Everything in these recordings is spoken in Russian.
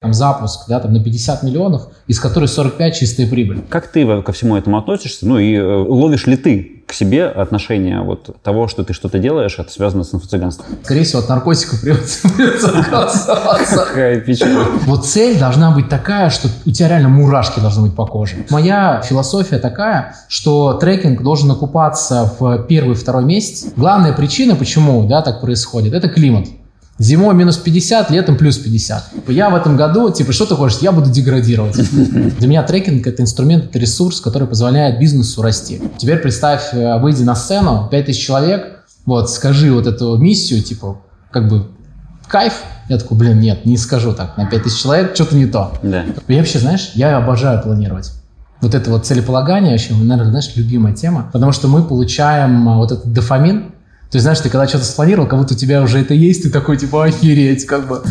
там запуск, да, там на 50 миллионов, из которых 45 чистая прибыль. Как ты ко всему этому относишься? Ну и ловишь ли ты к себе отношение вот того, что ты что-то делаешь, это связано с инфо-цыганством? Скорее всего, от наркотиков придется отказываться. Какая печаль. Вот цель должна быть такая, что у тебя реально мурашки должны быть по коже. Моя философия такая, что трекинг должен окупаться в первый-второй месяц. Главная причина, почему, да, так происходит, это климат. Зимой минус 50, летом плюс 50. Я в этом году, что ты хочешь, я буду деградировать. Для меня трекинг – это инструмент, это ресурс, который позволяет бизнесу расти. Теперь представь, выйди на сцену, 5000 человек, вот, скажи вот эту миссию, кайф. Я такой, нет, не скажу так, на 5000 человек что-то не то. Да. Я вообще, знаешь, я обожаю планировать. Вот это вот целеполагание, вообще, наверное, знаешь, любимая тема, потому что мы получаем вот этот дофамин. То есть, знаешь, ты когда что-то спланировал, как будто у тебя уже это есть, ты такой, охереть,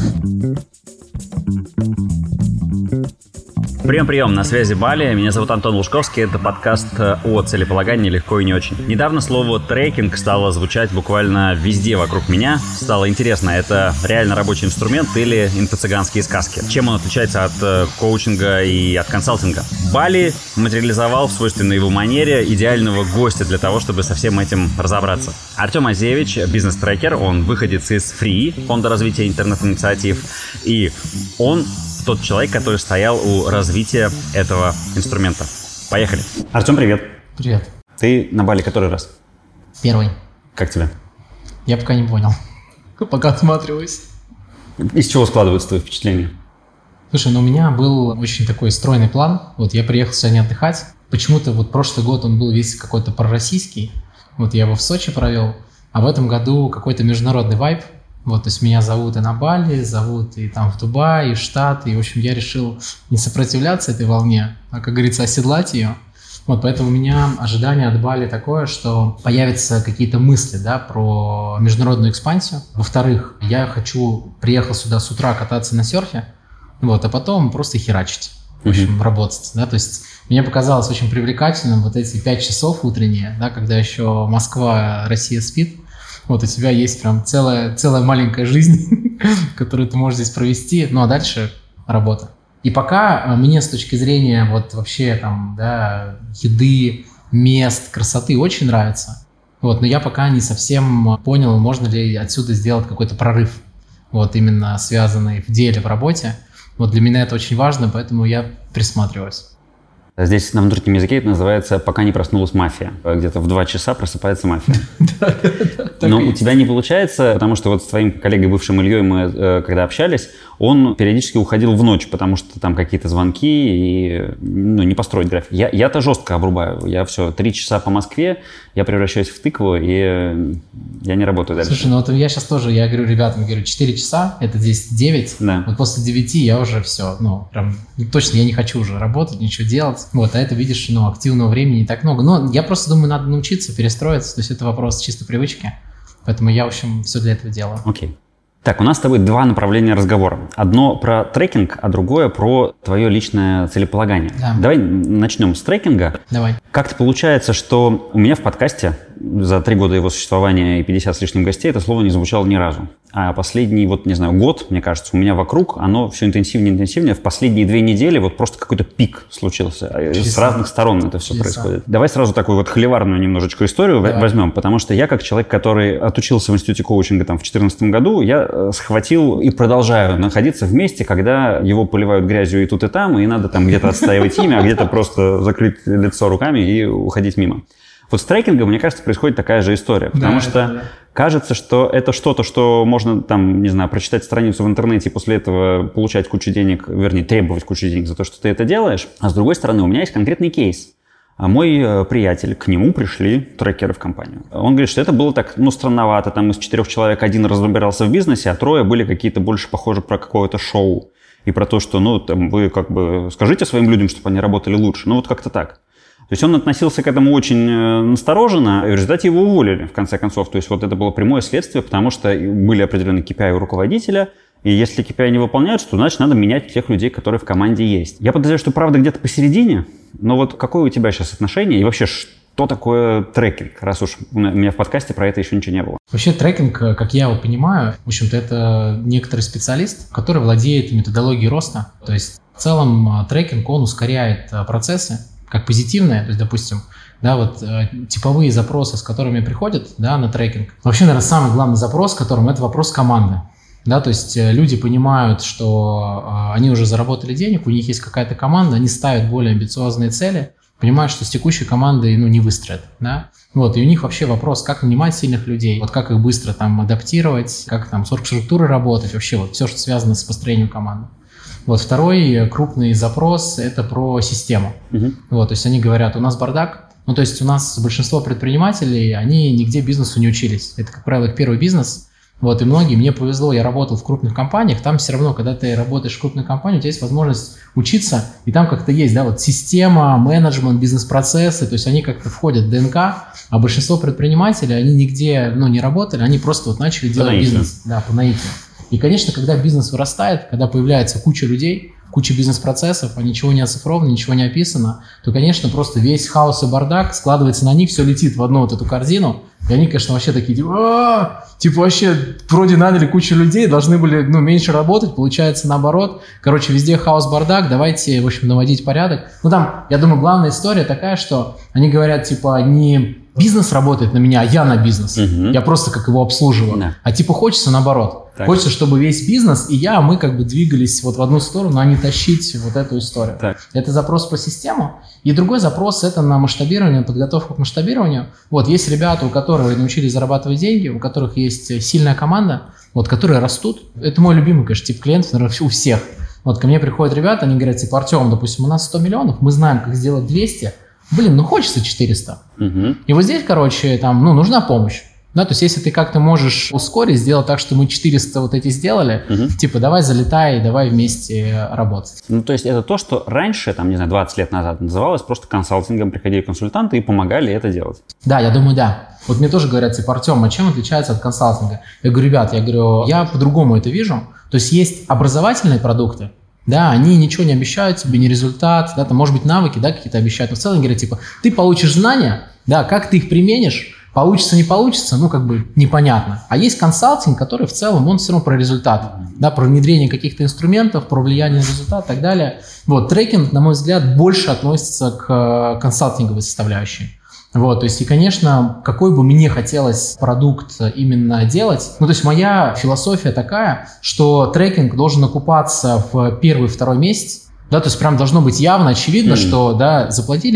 Прием, на связи Бали. Меня зовут Антон Лужковский. Это подкаст о целеполагании легко и не очень. Недавно слово трекинг стало звучать буквально везде вокруг меня. Стало интересно, это реально рабочий инструмент или инфо-цыганские сказки? Чем он отличается от коучинга и от консалтинга? Бали материализовал в свойственной его манере идеального гостя для того, чтобы со всем этим разобраться. Артем Азевич, бизнес-трекер, он выходец из Free, фонда развития интернет-инициатив, и он тот человек, который стоял у развития этого инструмента. Поехали. Артем, привет. Привет. Ты на Бали который раз? Первый. Как тебе? Я пока не понял. Пока осматриваюсь. Из чего складываются твои впечатления? Слушай, у меня был очень такой стройный план. Вот я приехал сегодня отдыхать. Почему-то вот прошлый год он был весь какой-то пророссийский. Вот я его в Сочи провел. А в этом году какой-то международный вайб. Вот, то есть меня зовут и на Бали, зовут и там в Дубай, и в Штаты. И, в общем, я решил не сопротивляться этой волне, а, как говорится, оседлать ее. Вот, поэтому у меня ожидание от Бали такое, что появятся какие-то мысли, да, про международную экспансию. Во-вторых, я приехал сюда с утра кататься на серфе, вот, а потом просто херачить, в общем, работать, да, то есть мне показалось очень привлекательным вот эти 5 часов утренние, да, когда еще Москва, Россия спит. Вот у тебя есть прям целая маленькая жизнь, которую ты можешь здесь провести, ну а дальше работа. И пока мне с точки зрения вот вообще там, да, еды, мест, красоты очень нравится, вот, но я пока не совсем понял, можно ли отсюда сделать какой-то прорыв, вот именно связанный в деле, в работе. Вот для меня это очень важно, поэтому я присматриваюсь. Здесь на внутреннем языке это называется «пока не проснулась мафия». Где-то в 2 часа просыпается мафия. Но у тебя не получается, потому что вот с твоим коллегой бывшим Ильей мы, когда общались, он периодически уходил в ночь, потому что там какие-то звонки и не построить график. Я-то жестко обрубаю. Я все, 3 часа по Москве, я превращаюсь в тыкву, и я не работаю дальше. Слушай, вот я сейчас тоже, я говорю ребятам, 4 часа, это здесь 9, да. Вот после 9 я уже все, прям точно я не хочу уже работать, ничего делать. Вот, а это, видишь, активного времени не так много. Но я просто думаю, надо научиться перестроиться, то есть это вопрос чисто привычки. Поэтому я, в общем, все для этого делаю. Окей. Так, у нас с тобой 2 направления разговора. Одно про трекинг, а другое про твое личное целеполагание. Да. Давай начнем с трекинга. Давай. Как-то получается, что у меня в подкасте за 3 года его существования и 50 с лишним гостей это слово не звучало ни разу. А последний, год, мне кажется, у меня вокруг, оно все интенсивнее и интенсивнее. В последние 2 недели просто какой-то пик случился. С разных сторон это все происходит. Давай сразу такую холиварную немножечко историю возьмем, потому что я, как человек, который отучился в институте коучинга в 2014 году, я схватил и продолжаю находиться в месте, когда его поливают грязью и тут, и там, и надо там где-то отстаивать имя, а где-то просто закрыть лицо руками и уходить мимо. Вот с трекингом, мне кажется, происходит такая же история, потому что кажется, что это что-то, что можно прочитать страницу в интернете и после этого получать кучу денег, вернее, требовать кучу денег за то, что ты это делаешь. А с другой стороны, у меня есть конкретный кейс. Мой приятель, к нему пришли трекеры в компанию. Он говорит, что это было так, странновато. Там из 4 человек 1 разбирался в бизнесе, а 3 были какие-то больше похожи про какое-то шоу. И про то, что, вы скажите своим людям, чтобы они работали лучше. Как-то так. То есть он относился к этому очень настороженно, и в результате его уволили, в конце концов. То есть это было прямое следствие, потому что были определенные KPI у руководителя, и если KPI не выполняются, то значит надо менять тех людей, которые в команде есть. Я подозреваю, что правда где-то посередине, но какое у тебя сейчас отношение, и вообще, Что такое трекинг, раз уж у меня в подкасте про это еще ничего не было? Вообще трекинг, как я его понимаю, в общем-то, это некоторый специалист, который владеет методологией роста. То есть в целом трекинг, он ускоряет процессы, как позитивные, то есть, допустим, да, вот типовые запросы, с которыми приходят, да, на трекинг. Вообще, наверное, самый главный запрос, которым это вопрос команды. Да, то есть люди понимают, что они уже заработали денег, у них есть какая-то команда, они ставят более амбициозные цели, понимают, что с текущей командой не выстроят. Да? Вот, и у них вообще вопрос, как нанимать сильных людей, вот как их быстро там адаптировать, как там с оргструктурой работать, вообще вот все, что связано с построением команды. Вот второй крупный запрос – это про систему. Вот, то есть они говорят, у нас бардак, то есть у нас большинство предпринимателей, они нигде бизнесу не учились. Это, как правило, их первый бизнес. Вот, и многие, мне повезло, я работал в крупных компаниях, там все равно, когда ты работаешь в крупной компании, у тебя есть возможность учиться, и там как-то есть, да, вот система, менеджмент, бизнес-процессы, то есть они как-то входят в ДНК, а большинство предпринимателей, они нигде, не работали, они просто вот начали делать бизнес, да, по наитию. И, конечно, когда бизнес вырастает, когда появляется куча людей, куча бизнес-процессов, а ничего не оцифровано, ничего не описано, то, конечно, просто весь хаос и бардак складывается на них, все летит в одну вот эту корзину, и они, конечно, вообще такие, вообще вроде наняли кучу людей, должны были, меньше работать, получается наоборот. Короче, везде хаос-бардак, давайте, в общем, наводить порядок. Там, я думаю, главная история такая, что они говорят, не бизнес работает на меня, а я на бизнес. Я просто как его обслуживаю. А хочется наоборот. Так. Хочется, чтобы весь бизнес и я, мы как бы двигались вот в одну сторону, а не тащить вот эту историю. Так. Это запрос по систему. И другой запрос – это на масштабирование, подготовку к масштабированию. Вот есть ребята, у которых научились зарабатывать деньги, у которых есть сильная команда, вот, которые растут. Это мой любимый, конечно, тип клиентов, наверное, у всех. Вот ко мне приходят ребята, они говорят, Артем, допустим, у нас 100 миллионов, мы знаем, как сделать 200, хочется 400. И вот здесь, короче, нужна помощь. Да, то есть, если ты как-то можешь ускорить, сделать так, что мы 400 вот эти сделали, давай залетай, давай вместе работать. То есть, это то, что раньше, 20 лет назад называлось просто консалтингом, приходили консультанты и помогали это делать. Да, я думаю, да. Вот мне тоже говорят, Артем, а чем отличается от консалтинга? Я говорю, ребят, я по-другому это вижу. То есть, есть образовательные продукты, да, они ничего не обещают тебе, не результат, да, может быть, навыки, да, какие-то обещают, но в целом говорят, ты получишь знания, да, как ты их применишь, получится, не получится, непонятно. А есть консалтинг, который в целом, он все равно про результат, да, про внедрение каких-то инструментов, про влияние на результат и так далее. Вот, трекинг, на мой взгляд, больше относится к консалтинговой составляющей. Вот, то есть, и, конечно, какой бы мне хотелось продукт именно делать, то есть, моя философия такая, что трекинг должен окупаться в первый-второй месяц, да, то есть, прям должно быть явно, очевидно, что, да, заплатили,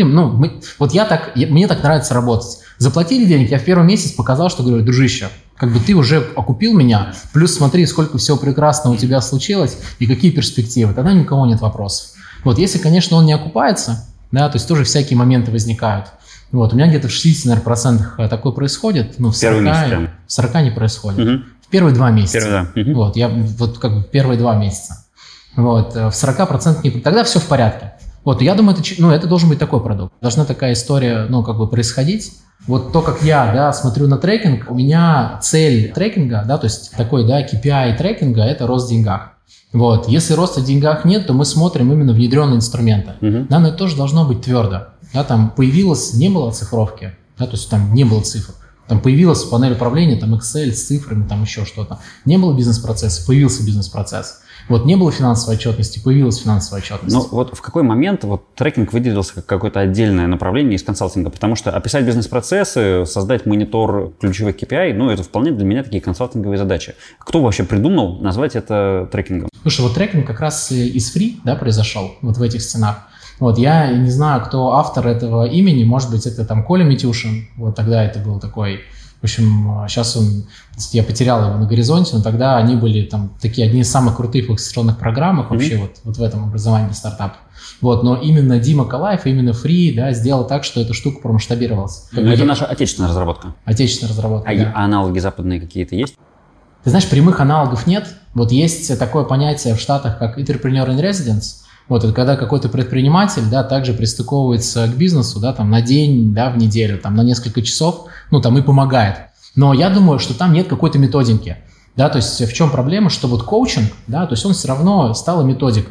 мне так нравится работать. Заплатили денег, я в первый месяц показал, что говорю, дружище, как бы ты уже окупил меня, плюс смотри, сколько всего прекрасного у тебя случилось и какие перспективы, тогда ни у кого нет вопросов. Вот, если, конечно, он не окупается, да, то есть тоже всякие моменты возникают. Вот, у меня где-то в 60% такое происходит, в 40 не происходит. В первые 2 месяца. Вот, я первые 2 месяца. Вот, в 40% не, тогда все в порядке. Вот, я думаю, это должен быть такой продукт. Должна такая история, происходить. Вот то, как я, да, смотрю на трекинг, у меня цель трекинга, да, то есть такой, да, KPI трекинга – это рост в деньгах. Вот, если роста в деньгах нет, то мы смотрим именно внедренные инструменты. Да, но это тоже должно быть твердо. Да, там не было оцифровки, да, то есть там не было цифр. Там появилась панель управления, там Excel с цифрами, там еще что-то. Не было бизнес-процесса, появился бизнес-процесс. Вот не было финансовой отчетности, появилась финансовая отчетность. Но вот в какой момент трекинг выделился как какое-то отдельное направление из консалтинга? Потому что описать бизнес-процессы, создать монитор ключевых KPI, это вполне для меня такие консалтинговые задачи. Кто вообще придумал назвать это трекингом? Слушай, вот трекинг как раз из Free, да, произошел вот в этих стенах. Вот, я не знаю, кто автор этого имени, может быть, это Коля Митюшин, вот тогда это был такой, в общем, сейчас я потерял его на горизонте, но тогда они были такие одни из самых крутых в инвестиционных программах вообще вот в этом образовании стартапов. Вот, но именно Дима Калаев, именно Free, да, сделал так, что эта штука промасштабировалась. Это наша отечественная разработка. Отечественная разработка, да. А аналоги западные какие-то есть? Ты знаешь, прямых аналогов нет. Вот есть такое понятие в Штатах, как Entrepreneur in Residence. Вот, это когда какой-то предприниматель, да, также пристыковывается к бизнесу, да, на день, да, в неделю, на несколько часов, и помогает. Но я думаю, что там нет какой-то методики, да, то есть в чем проблема, что вот коучинг, да, то есть он все равно стала методика,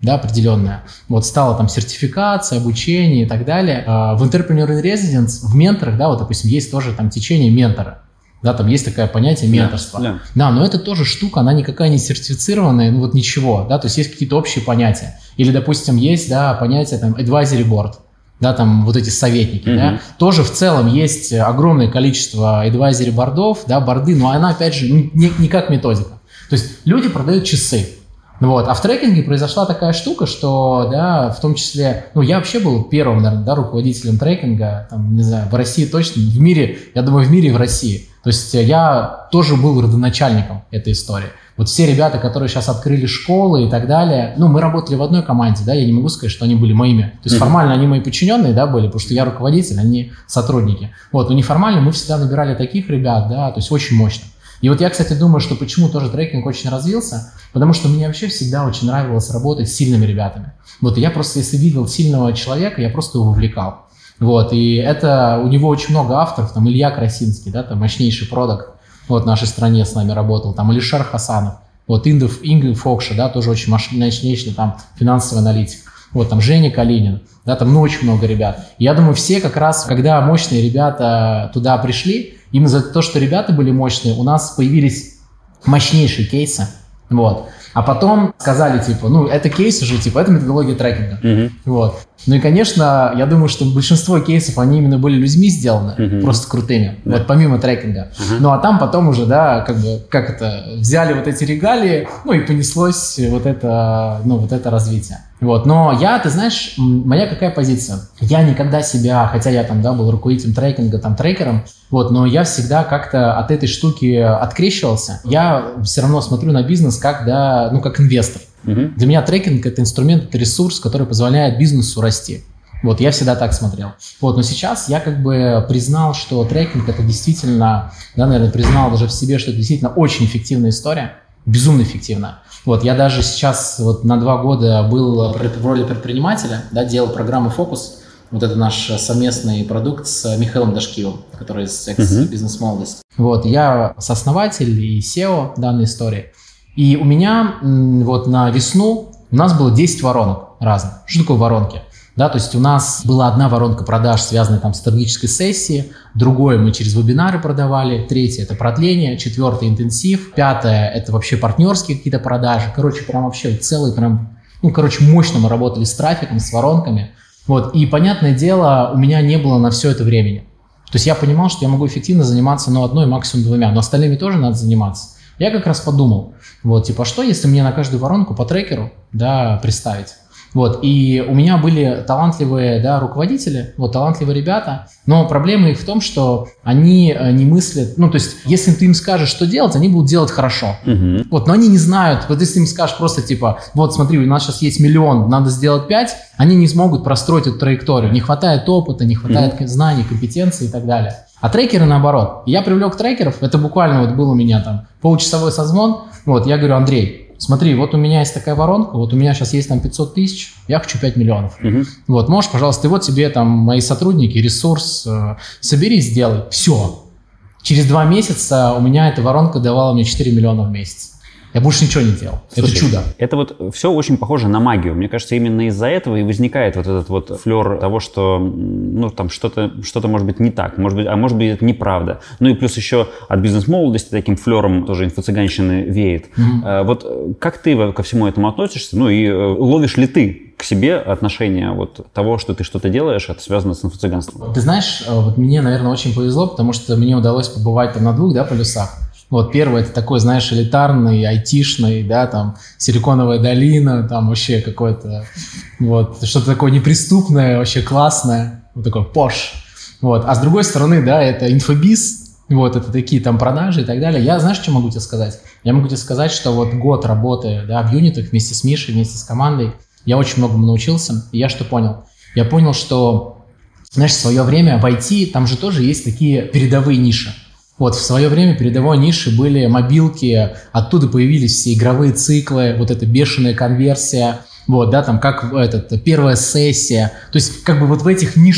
да, определенная. Вот стала там сертификация, обучение и так далее. В Entrepreneur in Residence, в менторах, да, вот, допустим, есть тоже там течение ментора. Да, там есть такое понятие менторства. Да, но это тоже штука, она никакая не сертифицированная, ну вот ничего, да, то есть есть какие-то общие понятия. Или, допустим, есть, да, понятие там advisory board, да, там вот эти советники, да. Тоже в целом есть огромное количество advisory бордов, да, борды, но она, опять же, не как методика. То есть люди продают часы. Вот. А в трекинге произошла такая штука, что, да, в том числе, ну, я вообще был первым, наверное, да, руководителем трекинга, там, не знаю, в России точно, в мире, я думаю, в мире и в России. То есть я тоже был родоначальником этой истории. Вот все ребята, которые сейчас открыли школы и так далее, ну, мы работали в одной команде, да, я не могу сказать, что они были моими. То есть формально они мои подчиненные, да, были, потому что я руководитель, они сотрудники. Вот, но неформально мы всегда набирали таких ребят, да, то есть очень мощно. И вот я, кстати, думаю, что почему тоже трекинг очень развился, потому что мне вообще всегда очень нравилось работать с сильными ребятами. Вот, и я просто, если видел сильного человека, я просто его вовлекал. Вот, и это, у него очень много авторов, там, Илья Красинский, да, там, мощнейший продакт, вот, в нашей стране с нами работал, там, Алишер Хасанов, вот, Инга Фокша, да, тоже очень мощнейший, там, финансовый аналитик. Вот, там, Женя Калинин, да, там, ну, очень много ребят. И я думаю, все как раз, когда мощные ребята туда пришли, именно за то, что ребята были мощные, у нас появились мощнейшие кейсы, вот. А потом сказали, типа, ну, это кейс уже, типа, это методология трекинга, вот. Ну и, конечно, я думаю, что большинство кейсов, они именно были людьми сделаны, просто крутыми, вот, помимо трекинга. Ну, а там потом уже, да, как бы, как это, взяли вот эти регалии, ну, и понеслось вот это, ну, вот это развитие. Вот, но я, ты знаешь, моя какая позиция? Я никогда себя, хотя я там, да, был руководителем трекинга, там, трекером, вот, но я всегда как-то от этой штуки открещивался. Я все равно смотрю на бизнес как, да, ну, как инвестор. Для меня трекинг – это инструмент, это ресурс, который позволяет бизнесу расти. Вот, я всегда так смотрел. Вот, но сейчас я как бы признал, что трекинг – это действительно, да, наверное, признал даже в себе, что это действительно очень эффективная история, безумно эффективная. Вот, я даже сейчас вот на 2 года был в роли предпринимателя, да, делал программу «Фокус». Вот это наш совместный продукт с Михаилом Дашкиевым, который из «Экс-бизнес-молодость». Вот, я сооснователь и SEO данной истории. И у меня вот на весну у нас было 10 воронок разных. Что такое воронки? Да, то есть у нас была одна воронка продаж, связанная там с стратегической сессией, другое мы через вебинары продавали, третье – это продление, четвертое – интенсив, пятое – это вообще партнерские какие-то продажи. Короче, прям вообще целый прям, ну, короче, мощно мы работали с трафиком, с воронками. Вот, и, понятное дело, у меня не было на все это времени. То есть я понимал, что я могу эффективно заниматься, ну, одной, максимум 2, но остальными тоже надо заниматься. Я как раз подумал, вот, типа, что если мне на каждую воронку по трекеру, да, представить? Вот, и у меня были талантливые, да, руководители, вот, талантливые ребята, но проблема их в том, что они не мыслят, ну, то есть, если ты им скажешь, что делать, они будут делать хорошо, вот, но они не знают, вот, если им скажешь просто, типа, вот, смотри, у нас сейчас есть 1 миллион, надо сделать 5, они не смогут простроить эту траекторию, не хватает опыта, не хватает знаний, компетенций и так далее. А трекеры наоборот. Я привлек трекеров, это буквально вот был у меня там получасовой созвон, вот, я говорю: Андрей, смотри, вот у меня есть такая воронка, вот у меня сейчас есть там 500 тысяч, я хочу 5 миллионов. Вот, можешь, пожалуйста, и вот тебе там мои сотрудники, ресурс, собери, сделай. Все. Через 2 месяца у меня эта воронка давала мне 4 миллиона в месяц. Я больше ничего не делал. Слушай, это чудо. Это вот все очень похоже на магию. Мне кажется, именно из-за этого и возникает вот этот вот флер того, что, ну, там что-то может быть не так, может быть это неправда. Ну и плюс еще от бизнес-молодости таким флером тоже инфо-цыганщины веет. Вот как ты ко всему этому относишься? Ну и ловишь ли ты к себе отношение вот того, что ты что-то делаешь, это связано с инфо-цыганством? Ты знаешь, вот мне, наверное, очень повезло, потому что мне удалось побывать там на 2, да, полюсах. Вот первый – это такой, знаешь, элитарный, айтишный, да, там, Силиконовая долина, там вообще какое-то, вот, что-то такое неприступное, вообще классное, вот такой пош. Вот, а с другой стороны, да, это инфобиз, вот, это такие там продажи и так далее. Я, знаешь, что могу тебе сказать? Я могу тебе сказать, что вот год работы, да, в юнитах вместе с Мишей, вместе с командой, я очень многому научился, и я что понял? Я понял, что, знаешь, в свое время в IT там же тоже есть такие передовые ниши. Вот, в свое время передовой нишей были мобилки, оттуда появились все игровые циклы, вот эта бешеная конверсия, вот, да, там, как первая сессия. То есть, как бы вот в этих нишах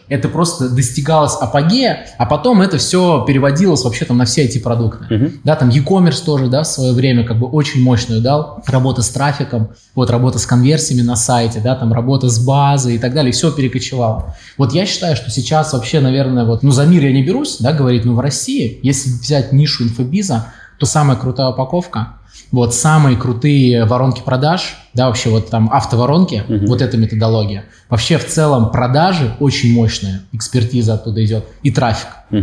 это просто достигалось апогея, а потом это все переводилось вообще там на все эти продукты. Да, там e-commerce тоже, да, в свое время как бы очень мощную дал, работа с трафиком, вот работа с конверсиями на сайте, да, там работа с базой и так далее, все перекочевало. Вот я считаю, что сейчас вообще, наверное, вот, ну, за мир я не берусь, да, говорить, но в России, если взять нишу инфобиза, то самая крутая упаковка, вот самые крутые воронки продаж, да, вообще вот там автоворонки, вот эта методология. Вообще в целом продажи очень мощная, экспертиза оттуда идет, и трафик.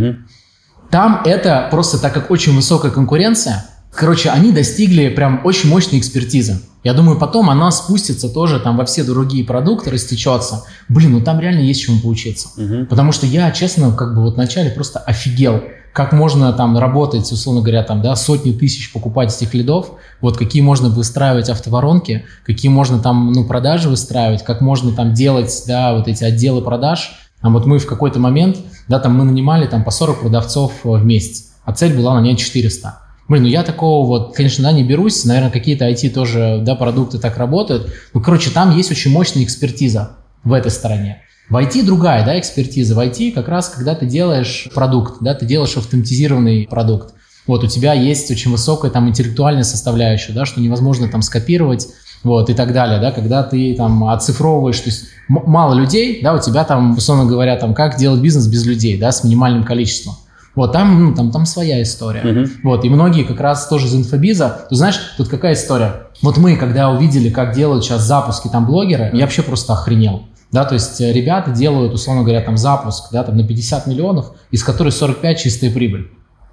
Там это просто, так как очень высокая конкуренция, короче, они достигли прям очень мощной экспертизы. Я думаю, потом она спустится тоже там во все другие продукты, растечется. Блин, ну там реально есть чему поучиться. Потому что я, честно, как бы вот вначале просто офигел, как можно там работать, условно говоря, там, да, сотни тысяч покупать этих лидов, вот какие можно выстраивать автоворонки, какие можно там, ну, продажи выстраивать, как можно там делать, да, вот эти отделы продаж. Там вот мы в какой-то момент, да, там мы нанимали там по 40 продавцов в месяц, а цель была нанять 400. Блин, ну я такого вот, конечно, да, не берусь, наверное, какие-то IT тоже, да, продукты так работают. Ну, короче, там есть очень мощная экспертиза в этой стороне. В IT другая, да, экспертиза. В IT как раз, когда ты делаешь продукт, да, ты делаешь автоматизированный продукт. Вот, у тебя есть очень высокая там интеллектуальная составляющая, да, что невозможно там скопировать, вот, и так далее, да, когда ты там оцифровываешь, то есть мало людей, да, у тебя там, условно говоря, там, как делать бизнес без людей, да, с минимальным количеством. Вот, там, ну, там своя история. Вот, и многие как раз тоже из инфобиза, ты знаешь, тут какая история? Вот мы, когда увидели, как делают сейчас запуски там блогеры, я вообще просто охренел. Да, то есть ребята делают, условно говоря, там запуск, да, там на 50 миллионов, из которых 45 чистая прибыль.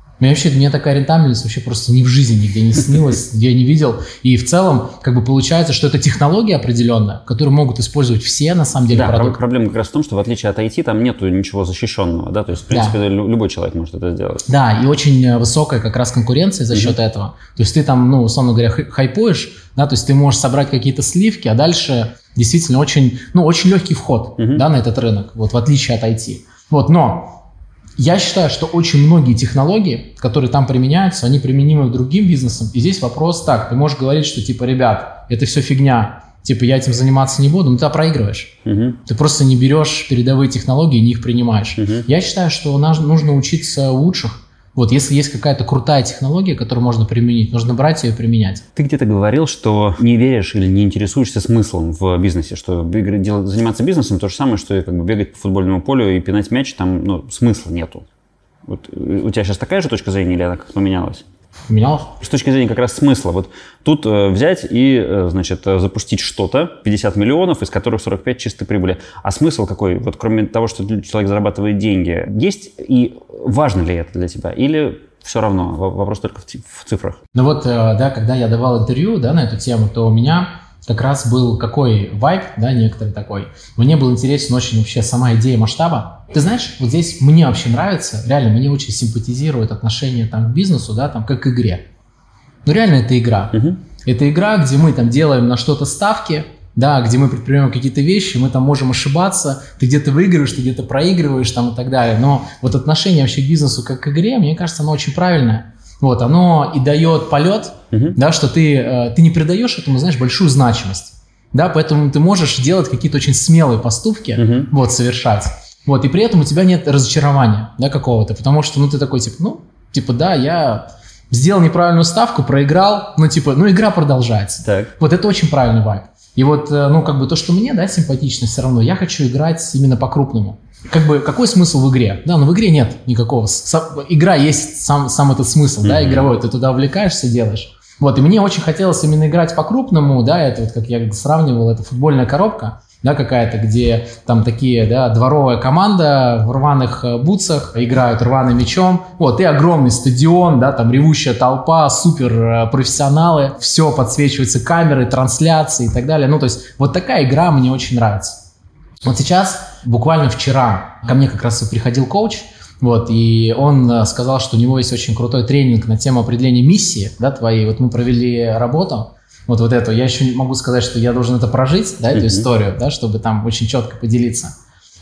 Мне такая рентабельность вообще просто ни в жизни нигде не снилась, я не видел. И в целом, как бы получается, что это технология определенная, которую могут использовать все, на самом деле, да, продукты. Проблема как раз в том, что в отличие от IT там нету ничего защищенного, да, то есть, в принципе, да, любой человек может это сделать. Да, и очень высокая как раз конкуренция за счет этого. То есть ты там, ну, условно говоря, хайпуешь, да, то есть ты можешь собрать какие-то сливки, а дальше действительно очень, ну, очень легкий вход, да, на этот рынок, вот, в отличие от IT. Вот, но я считаю, что очень многие технологии, которые там применяются, они применимы к другим бизнесам. И здесь вопрос так, ты можешь говорить, что типа, ребят, это все фигня, типа я этим заниматься не буду, но ты проигрываешь. Ты просто не берешь передовые технологии и не их принимаешь. Я считаю, что нужно учиться у лучших. Вот, если есть какая-то крутая технология, которую можно применить, нужно брать ее и применять. Ты где-то говорил, что не веришь или не интересуешься смыслом в бизнесе, что заниматься бизнесом то же самое, что и как бы бегать по футбольному полю и пинать мяч, там, ну, смысла нету. Вот, у тебя сейчас такая же точка зрения или она как-то поменялась? Поменялось? С точки зрения как раз смысла. Вот тут взять и, значит, запустить что-то, 50 миллионов, из которых 45 чистой прибыли. А смысл какой? Вот кроме того, что человек зарабатывает деньги, есть и важно ли это для тебя? Или все равно? Вопрос только в цифрах. Ну вот, да, когда я давал интервью, да, на эту тему, то у меня как раз был какой вайб, да, некоторый такой. Мне был интересен очень вообще сама идея масштаба. Ты знаешь, вот здесь мне вообще нравится, реально, мне очень симпатизирует отношение там к бизнесу, да, там, как к игре. Ну, реально, это игра. Это игра, где мы там делаем на что-то ставки, да, где мы предпринимаем какие-то вещи, мы там можем ошибаться, ты где-то выигрываешь, ты где-то проигрываешь там и так далее. Но вот отношение вообще к бизнесу как к игре, мне кажется, оно очень правильное. Вот, оно и дает полет, да, что ты не придаешь этому, знаешь, большую значимость, да, поэтому ты можешь делать какие-то очень смелые поступки, вот, совершать, вот, и при этом у тебя нет разочарования, да, какого-то, потому что, ну, ты такой, типа, да, я сделал неправильную ставку, проиграл, ну, типа, ну, игра продолжается. Так. Вот это очень правильный вайб. И вот, ну, как бы то, что мне, да, симпатично все равно, я хочу играть именно по-крупному. Как бы, какой смысл в игре? Да, но в игре нет никакого. Игра есть сам этот смысл, да, игровой. Ты туда увлекаешься, делаешь. Вот, и мне очень хотелось именно играть по-крупному, да, это вот, как я сравнивал, это футбольная коробка, да, какая-то, где там такие, да, дворовая команда в рваных бутсах играют рваным мячом, вот, и огромный стадион, да, там ревущая толпа, супер профессионалы, все подсвечивается камерой, трансляции и так далее, ну, то есть, вот такая игра мне очень нравится. Вот сейчас, буквально вчера, ко мне как раз приходил коуч, вот, и он сказал, что у него есть очень крутой тренинг на тему определения миссии, да, твоей, вот мы провели работу, вот эту, я еще не могу сказать, что я должен это прожить, да, эту историю, да, чтобы там очень четко поделиться.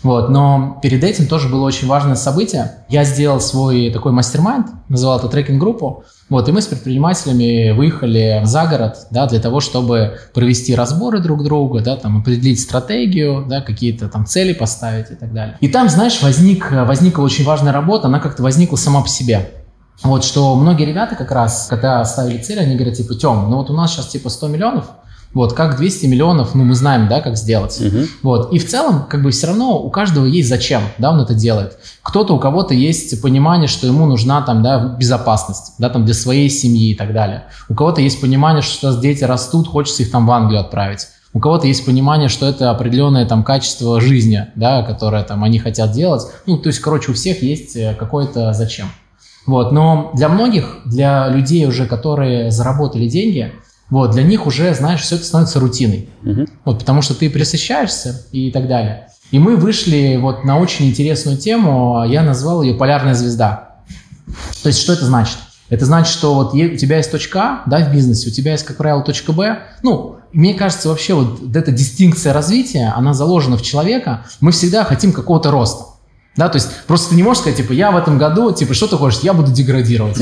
Вот, но перед этим тоже было очень важное событие. Я сделал свой такой мастер-майнд, называл это трекинг-группу. Вот, и мы с предпринимателями выехали за город, да, для того, чтобы провести разборы друг друга, да, там, определить стратегию, да, какие-то там цели поставить и так далее. И там, знаешь, возникла очень важная работа, она как-то возникла сама по себе. Вот, что многие ребята как раз, когда ставили цели, они говорят, типа, Тём, ну вот у нас сейчас типа 100 миллионов, вот, как 200 миллионов, ну, мы знаем, да, как сделать. Вот, и в целом, как бы все равно у каждого есть зачем, да, он это делает. Кто-то, у кого-то есть понимание, что ему нужна там, да, безопасность, да, там, для своей семьи и так далее. У кого-то есть понимание, что сейчас дети растут, хочется их там в Англию отправить. У кого-то есть понимание, что это определенное там качество жизни, да, которое там они хотят делать. Ну, то есть, короче, у всех есть какое-то зачем. Вот, но для многих, для людей уже, которые заработали деньги, вот, для них уже, знаешь, все это становится рутиной. Вот, потому что ты пресыщаешься и так далее. И мы вышли вот на очень интересную тему, я назвал ее «Полярная звезда». То есть, что это значит? Это значит, что вот у тебя есть точка А, да, в бизнесе, у тебя есть, как правило, точка Б. Ну, мне кажется, вообще вот эта дистинкция развития, она заложена в человека. Мы всегда хотим какого-то роста. Да, то есть просто ты не можешь сказать, типа, я в этом году, типа, что ты хочешь, я буду деградировать.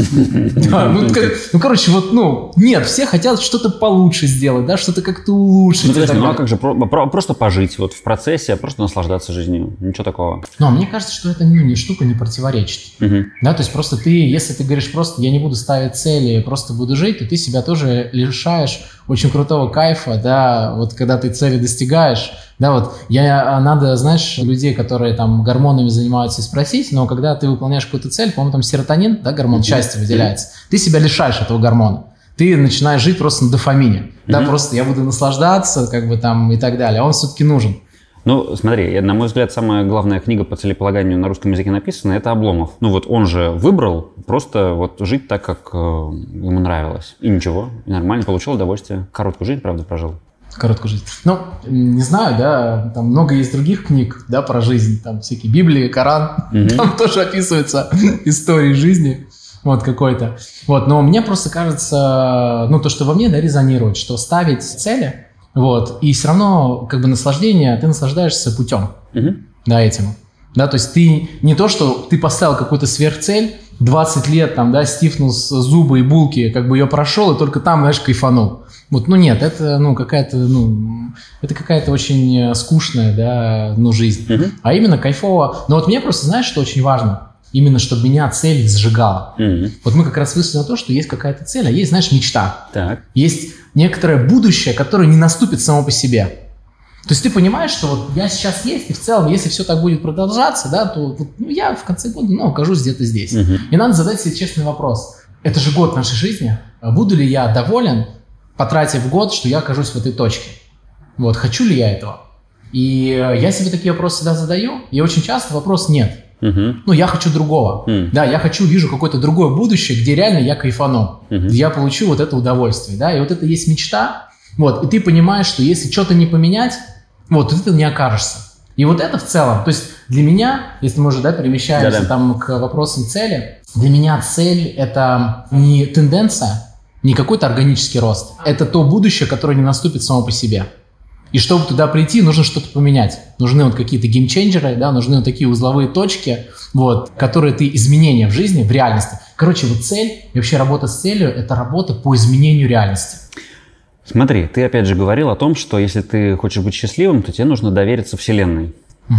Ну, короче, вот, ну, нет, все хотят что-то получше сделать, да, что-то как-то улучшить. Ну, а как же просто пожить вот в процессе, просто наслаждаться жизнью, ничего такого. Ну, мне кажется, что это не штука не противоречит. Да, то есть просто если ты говоришь просто, я не буду ставить цели, просто буду жить, то ты себя тоже лишаешь очень крутого кайфа, да, вот когда ты цели достигаешь. Да, вот надо, знаешь, людей, которые там гормонами занимаются, спросить, но когда ты выполняешь какую-то цель, по-моему, там серотонин, да, гормон счастья выделяется, ты себя лишаешь этого гормона. Ты начинаешь жить просто на дофамине. Да, просто я буду наслаждаться, как бы там и так далее. А он все-таки нужен. Ну, смотри, на мой взгляд, самая главная книга по целеполаганию на русском языке написана, это Обломов. Ну, вот он же выбрал просто вот жить так, как ему нравилось. И ничего, и нормально, получил удовольствие. Короткую жизнь, правда, прожил. Короткую жизнь. Ну, не знаю, да, там много есть других книг, да, про жизнь, там всякие Библии, Коран, там тоже описываются истории жизни, вот какой-то. Вот, но мне просто кажется, ну, то, что во мне, да, резонирует, что ставить цели, вот, и все равно, как бы, наслаждение, ты наслаждаешься путем, да, этим. Да, то есть ты не то, что ты поставил какую-то сверхцель, 20 лет там, да, стифнул зубы и булки, как бы ее прошел, и только там, знаешь, кайфанул. Вот, ну нет, это, ну, какая-то, ну, это какая-то очень скучная, да, ну, жизнь. А именно кайфово. Но вот мне просто, знаешь, что очень важно? Именно, чтобы меня цель сжигала. Вот мы как раз вышли на то, что есть какая-то цель, а есть, знаешь, мечта. Так. Есть некоторое будущее, которое не наступит само по себе. То есть ты понимаешь, что вот я сейчас есть, и в целом, если все так будет продолжаться, да, то вот, ну, я в конце года, ну, окажусь где-то здесь. И надо задать себе честный вопрос. Это же год нашей жизни. Буду ли я доволен, потратив год, что я окажусь в этой точке? Вот, хочу ли я этого? И я себе такие вопросы всегда задаю, и очень часто вопрос нет. Ну, я хочу другого. Да, я вижу какое-то другое будущее, где реально я кайфану, где я получу вот это удовольствие, да, и вот это есть мечта, вот, и ты понимаешь, что если что-то не поменять, вот, то ты не окажешься. И вот это в целом, то есть для меня, если мы уже, да, перемещаемся там к вопросам цели, для меня цель – это не тенденция, не какой-то органический рост. Это то будущее, которое не наступит само по себе. И чтобы туда прийти, нужно что-то поменять. Нужны вот какие-то геймченджеры, да, нужны вот такие узловые точки, вот, которые ты изменения в жизни, в реальности. Короче, вот цель и вообще работа с целью – это работа по изменению реальности. Смотри, ты опять же говорил о том, что если ты хочешь быть счастливым, то тебе нужно довериться Вселенной.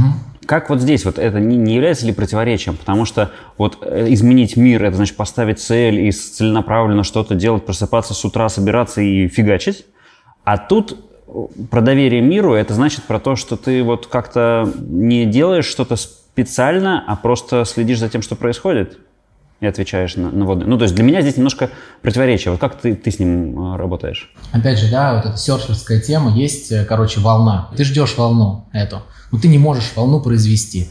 Как вот здесь, вот это не является ли противоречием? Потому что вот изменить мир, это значит поставить цель и целенаправленно что-то делать, просыпаться с утра, собираться и фигачить. А тут про доверие миру, это значит про то, что ты вот как-то не делаешь что-то специально, а просто следишь за тем, что происходит, и отвечаешь на водные. Ну, то есть для меня здесь немножко противоречие. Вот как ты с ним работаешь? Опять же, да, вот эта серферская тема, есть, короче, волна. Ты ждешь волну эту, но ты не можешь волну произвести.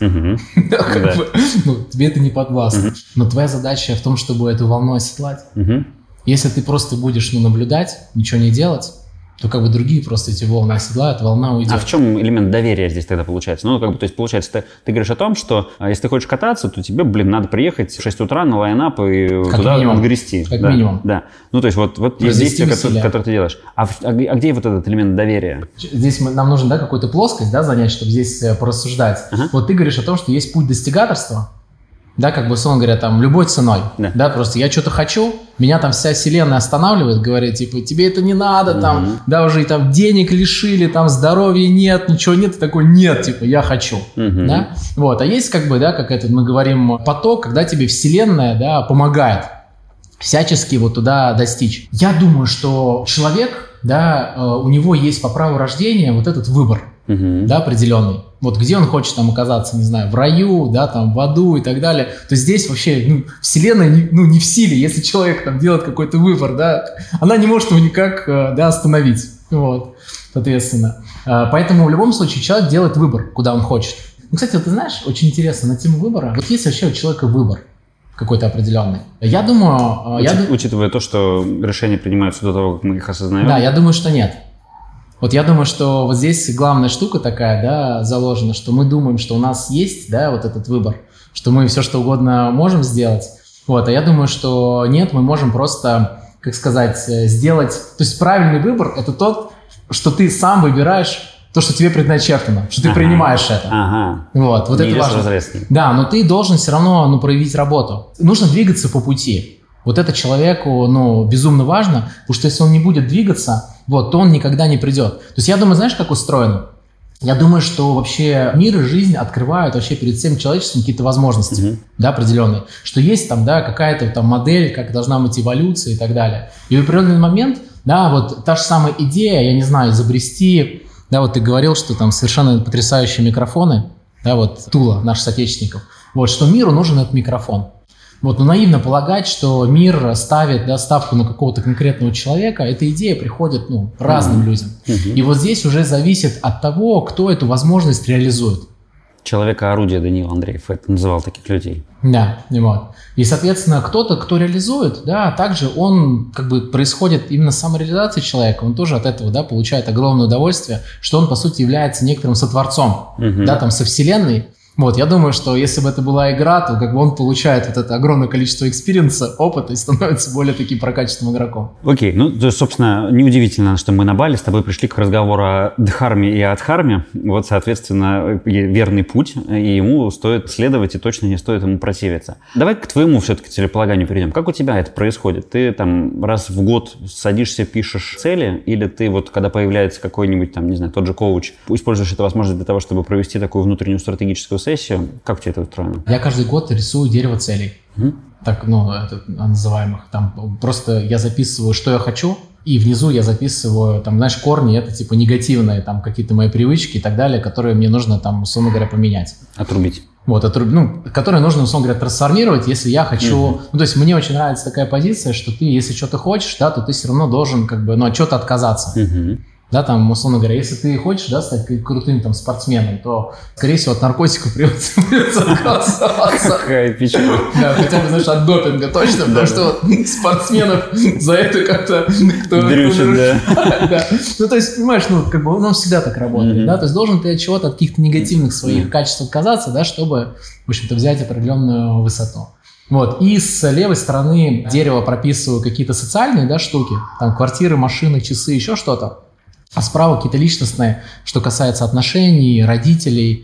Тебе это не подвластно. Но твоя задача в том, чтобы эту волну оседлать. Если ты просто будешь наблюдать, ничего не делать, то как бы другие просто эти волны оседлают, волна уйдет. А в чем элемент доверия здесь тогда получается? Ну, как бы, то есть, получается, ты говоришь о том, что если ты хочешь кататься, то тебе, надо приехать в 6 утра на лайн-ап и как туда отгрести. Как минимум. Да. Ну, то есть, вот есть действия, которые ты делаешь. А где вот этот элемент доверия? Здесь нам нужно, какую-то плоскость, занять, чтобы здесь порассуждать. Вот ты говоришь о том, что есть путь достигаторства, как бы, условно говоря, там, любой ценой, просто я что-то хочу, меня там вся вселенная останавливает, говорит, типа, тебе это не надо, там, уже и там денег лишили, там, здоровья нет, ничего нет, и такой, нет, типа, я хочу, вот, а есть, как бы, как это мы говорим, поток, когда тебе вселенная, помогает всячески вот туда достичь. Я думаю, что человек, у него есть по праву рождения вот этот выбор, определенный. Вот где он хочет там оказаться, не знаю, в раю, там, в аду и так далее. То есть здесь вообще, вселенная не в силе. Если человек там делает какой-то выбор, она не может его никак, остановить. Вот, соответственно. Поэтому в любом случае человек делает выбор, куда он хочет. Кстати, вот ты знаешь, очень интересно на тему выбора. Вот есть вообще у человека выбор какой-то определенный. Я думаю... Учитывая то, что решения принимаются до того, как мы их осознаем? Да, я думаю, что нет. Вот я думаю, что вот здесь главная штука такая, заложена, что мы думаем, что у нас есть, вот этот выбор, что мы все что угодно можем сделать. Вот, а я думаю, что нет, мы можем просто, как сказать, сделать... То есть правильный выбор – это тот, что ты сам выбираешь то, что тебе предначертано, что ты принимаешь это. Вот не это важно. Да, но ты должен все равно проявить работу. Нужно двигаться по пути. Вот это человеку, безумно важно, потому что если он не будет двигаться, то он никогда не придет. То есть я думаю, знаешь, как устроено? Я думаю, что вообще мир и жизнь открывают вообще перед всем человечеством какие-то возможности, определенные. Что есть там, какая-то там модель, как должна быть эволюция и так далее. И в определенный момент, вот та же самая идея, я не знаю, изобрести, вот ты говорил, что там совершенно потрясающие микрофоны, Тула, наших соотечественников, что миру нужен этот микрофон. Но наивно полагать, что мир ставит ставку на какого-то конкретного человека, эта идея приходит разным людям. И вот здесь уже зависит от того, кто эту возможность реализует. Человека-орудие Даниил Андреев это называл таких людей. Да, вот. И, соответственно, кто-то, кто реализует, также он, как бы, происходит именно самореализация человека, он тоже от этого, получает огромное удовольствие, что он, по сути, является некоторым сотворцом, там, со вселенной. Вот, я думаю, что если бы это была игра, то как бы он получает вот это огромное количество экспириенса, опыта и становится более таким прокачанным игроком. Окей, собственно, неудивительно, что мы на Бали с тобой пришли к разговору о дхарме и о дхарме. Вот, соответственно, верный путь, и ему стоит следовать, и точно не стоит ему противиться. Давай к твоему все-таки целеполаганию перейдем. Как у тебя это происходит? Ты там раз в год садишься, пишешь цели, или ты вот, когда появляется какой-нибудь там, не знаю, тот же коуч, используешь эту возможность для того, чтобы провести такую внутреннюю стратегическую сессию? Как у тебя это устроено? Я каждый год рисую дерево целей. Так, это называемых. Там просто я записываю, что я хочу, и внизу я записываю, там, знаешь, корни, это типа негативные, там, какие-то мои привычки и так далее, которые мне нужно, там, условно говоря, поменять. Отрубить. Вот, которые нужно, условно говоря, трансформировать, если я хочу... то есть мне очень нравится такая позиция, что ты, если что-то хочешь, то ты все равно должен, как бы, от чего-то отказаться. Там, условно говоря, если ты хочешь, стать крутым там спортсменом, то, скорее всего, от наркотиков придется отказываться. Какая печаль. Да, хотя бы, знаешь, от допинга точно, потому что спортсменов за это как-то... Дрючат, да. То есть, понимаешь, как бы он всегда так работает, то есть должен ты от чего-то, от каких-то негативных своих качеств отказаться, чтобы, в общем-то, взять определенную высоту. Вот, и с левой стороны дерева прописываю какие-то социальные, штуки, там, квартиры, машины, часы, еще что-то. А справа какие-то личностные, что касается отношений, родителей,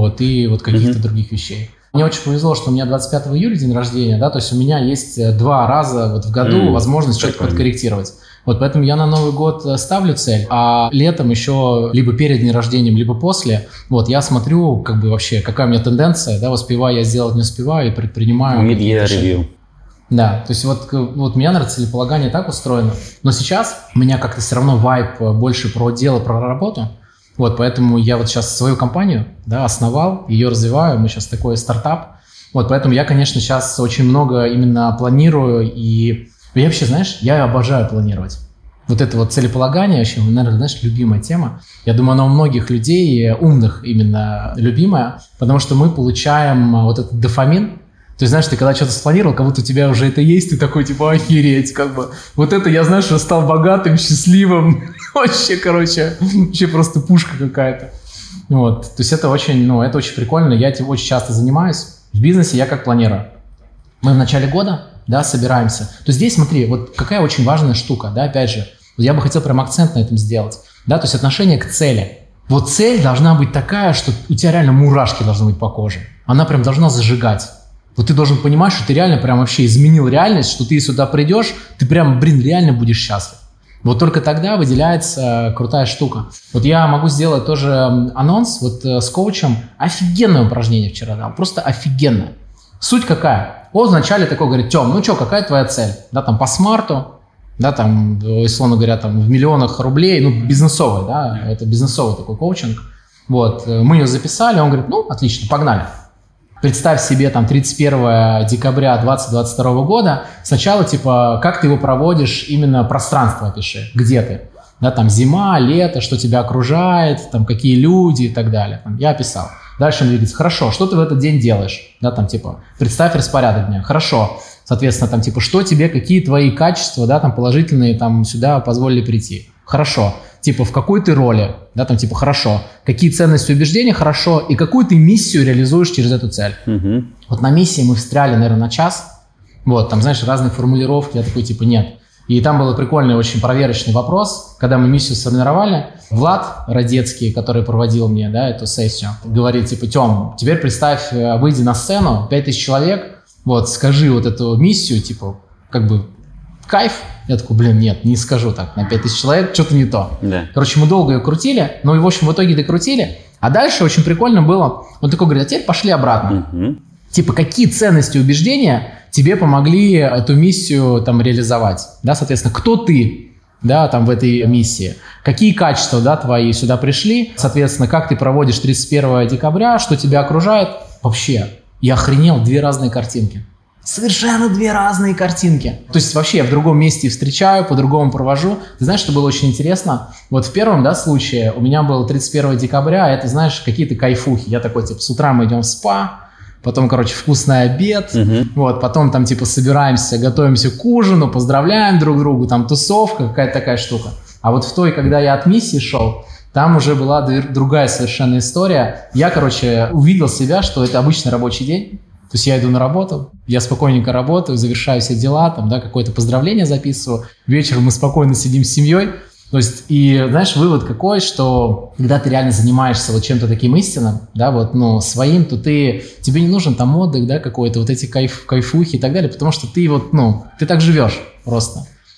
и каких-то других вещей. Мне очень повезло, что у меня 25 июля день рождения, то есть у меня есть 2 раза в году возможность что-то подкорректировать. Поэтому я на Новый год ставлю цель, а летом еще либо перед днем рождения, либо после, я смотрю, как бы вообще, какая у меня тенденция, успеваю я сделать, не успеваю, и предпринимаю. Mid-year review. Да, то есть вот у меня, наверное, целеполагание так устроено. Но сейчас у меня как-то все равно вайб больше про дело, про работу. Поэтому я сейчас свою компанию основал, ее развиваю. Мы сейчас такой стартап. Поэтому я, конечно, сейчас очень много именно планирую. И я вообще, знаешь, я обожаю планировать. Это целеполагание, вообще, наверное, знаешь, любимая тема. Я думаю, она у многих людей, умных именно, любимая. Потому что мы получаем этот дофамин. То есть, знаешь, ты когда что-то спланировал, как будто у тебя уже это есть, ты такой, типа, охереть, как бы. Это я, знаешь, уже стал богатым, счастливым, Вообще, короче, вообще просто пушка какая-то. Вот. То есть это очень, это очень прикольно. Я этим очень часто занимаюсь. В бизнесе я как планирую. Мы в начале года, да, собираемся. То есть здесь, смотри, вот какая очень важная штука, да, опять же. Вот я бы хотел прям акцент на этом сделать. Да, то есть отношение к цели. Вот цель должна быть такая, что у тебя реально мурашки должны быть по коже. Она прям должна зажигать. Вот ты должен понимать, что ты реально прям вообще изменил реальность, что ты сюда придешь, ты прям, реально будешь счастлив. Вот только тогда выделяется крутая штука. Вот я могу сделать тоже анонс, вот с коучем офигенное упражнение вчера дал, просто офигенное. Суть какая? Он вначале такой говорит: Тём, какая твоя цель? Да, там по смарту, да, там, условно говоря, там в миллионах рублей, бизнесовый, да, это бизнесовый такой коучинг. Вот, мы ее записали, он говорит: отлично, погнали. Представь себе там 31 декабря 2022 года, сначала как ты его проводишь, именно пространство опиши, где ты. Да, там зима, лето, что тебя окружает, там какие люди и так далее. Я описал. Дальше он двигается: хорошо, что ты в этот день делаешь? Да, там представь распорядок дня. Хорошо, соответственно, там что тебе, какие твои качества, да, там положительные там сюда позволили прийти. Хорошо, в какой ты роли, да, там хорошо, какие ценности и убеждения, хорошо, и какую ты миссию реализуешь через эту цель. Угу. Вот на миссии мы встряли, наверное, на час. Вот, там, знаешь, разные формулировки, я такой, нет. И там был прикольный очень проверочный вопрос, когда мы миссию сформировали. Влад Радецкий, который проводил мне, да, эту сессию, говорит, Тём, теперь представь, выйди на сцену, 5000 человек, вот, скажи вот эту миссию, кайф. Я такой, нет, не скажу так, на 5000 человек что-то не то. Да. Короче, мы долго ее крутили, но, в общем, в итоге докрутили. А дальше очень прикольно было, он такой говорит: а теперь пошли обратно. Угу. Какие ценности и убеждения тебе помогли эту миссию там реализовать? Да, соответственно, кто ты, да, там в этой миссии? Какие качества, да, твои сюда пришли? Соответственно, как ты проводишь 31 декабря, что тебя окружает? Вообще, я охренел, 2 разные картинки. Совершенно 2 разные картинки. То есть вообще я в другом месте встречаю, по-другому провожу. Ты знаешь, что было очень интересно? Вот в первом, да, случае у меня был 31 декабря, это, знаешь, какие-то кайфухи. Я такой, с утра мы идем в спа, потом, вкусный обед, вот, потом там, собираемся, готовимся к ужину, поздравляем друг друга, там тусовка, какая-то такая штука. А вот в той, когда я от миссии шел, там уже была другая совершенно история. Я, увидел себя, что это обычный рабочий день. То есть я иду на работу, я спокойненько работаю, завершаю все дела, там, да, какое-то поздравление записываю, вечером мы спокойно сидим с семьей. То есть, и знаешь, вывод какой, что когда ты реально занимаешься вот чем-то таким истинным, да, своим, то тебе не нужен там отдых, да, какой-то, вот эти кайфухи и так далее, потому что ты ты так живешь просто.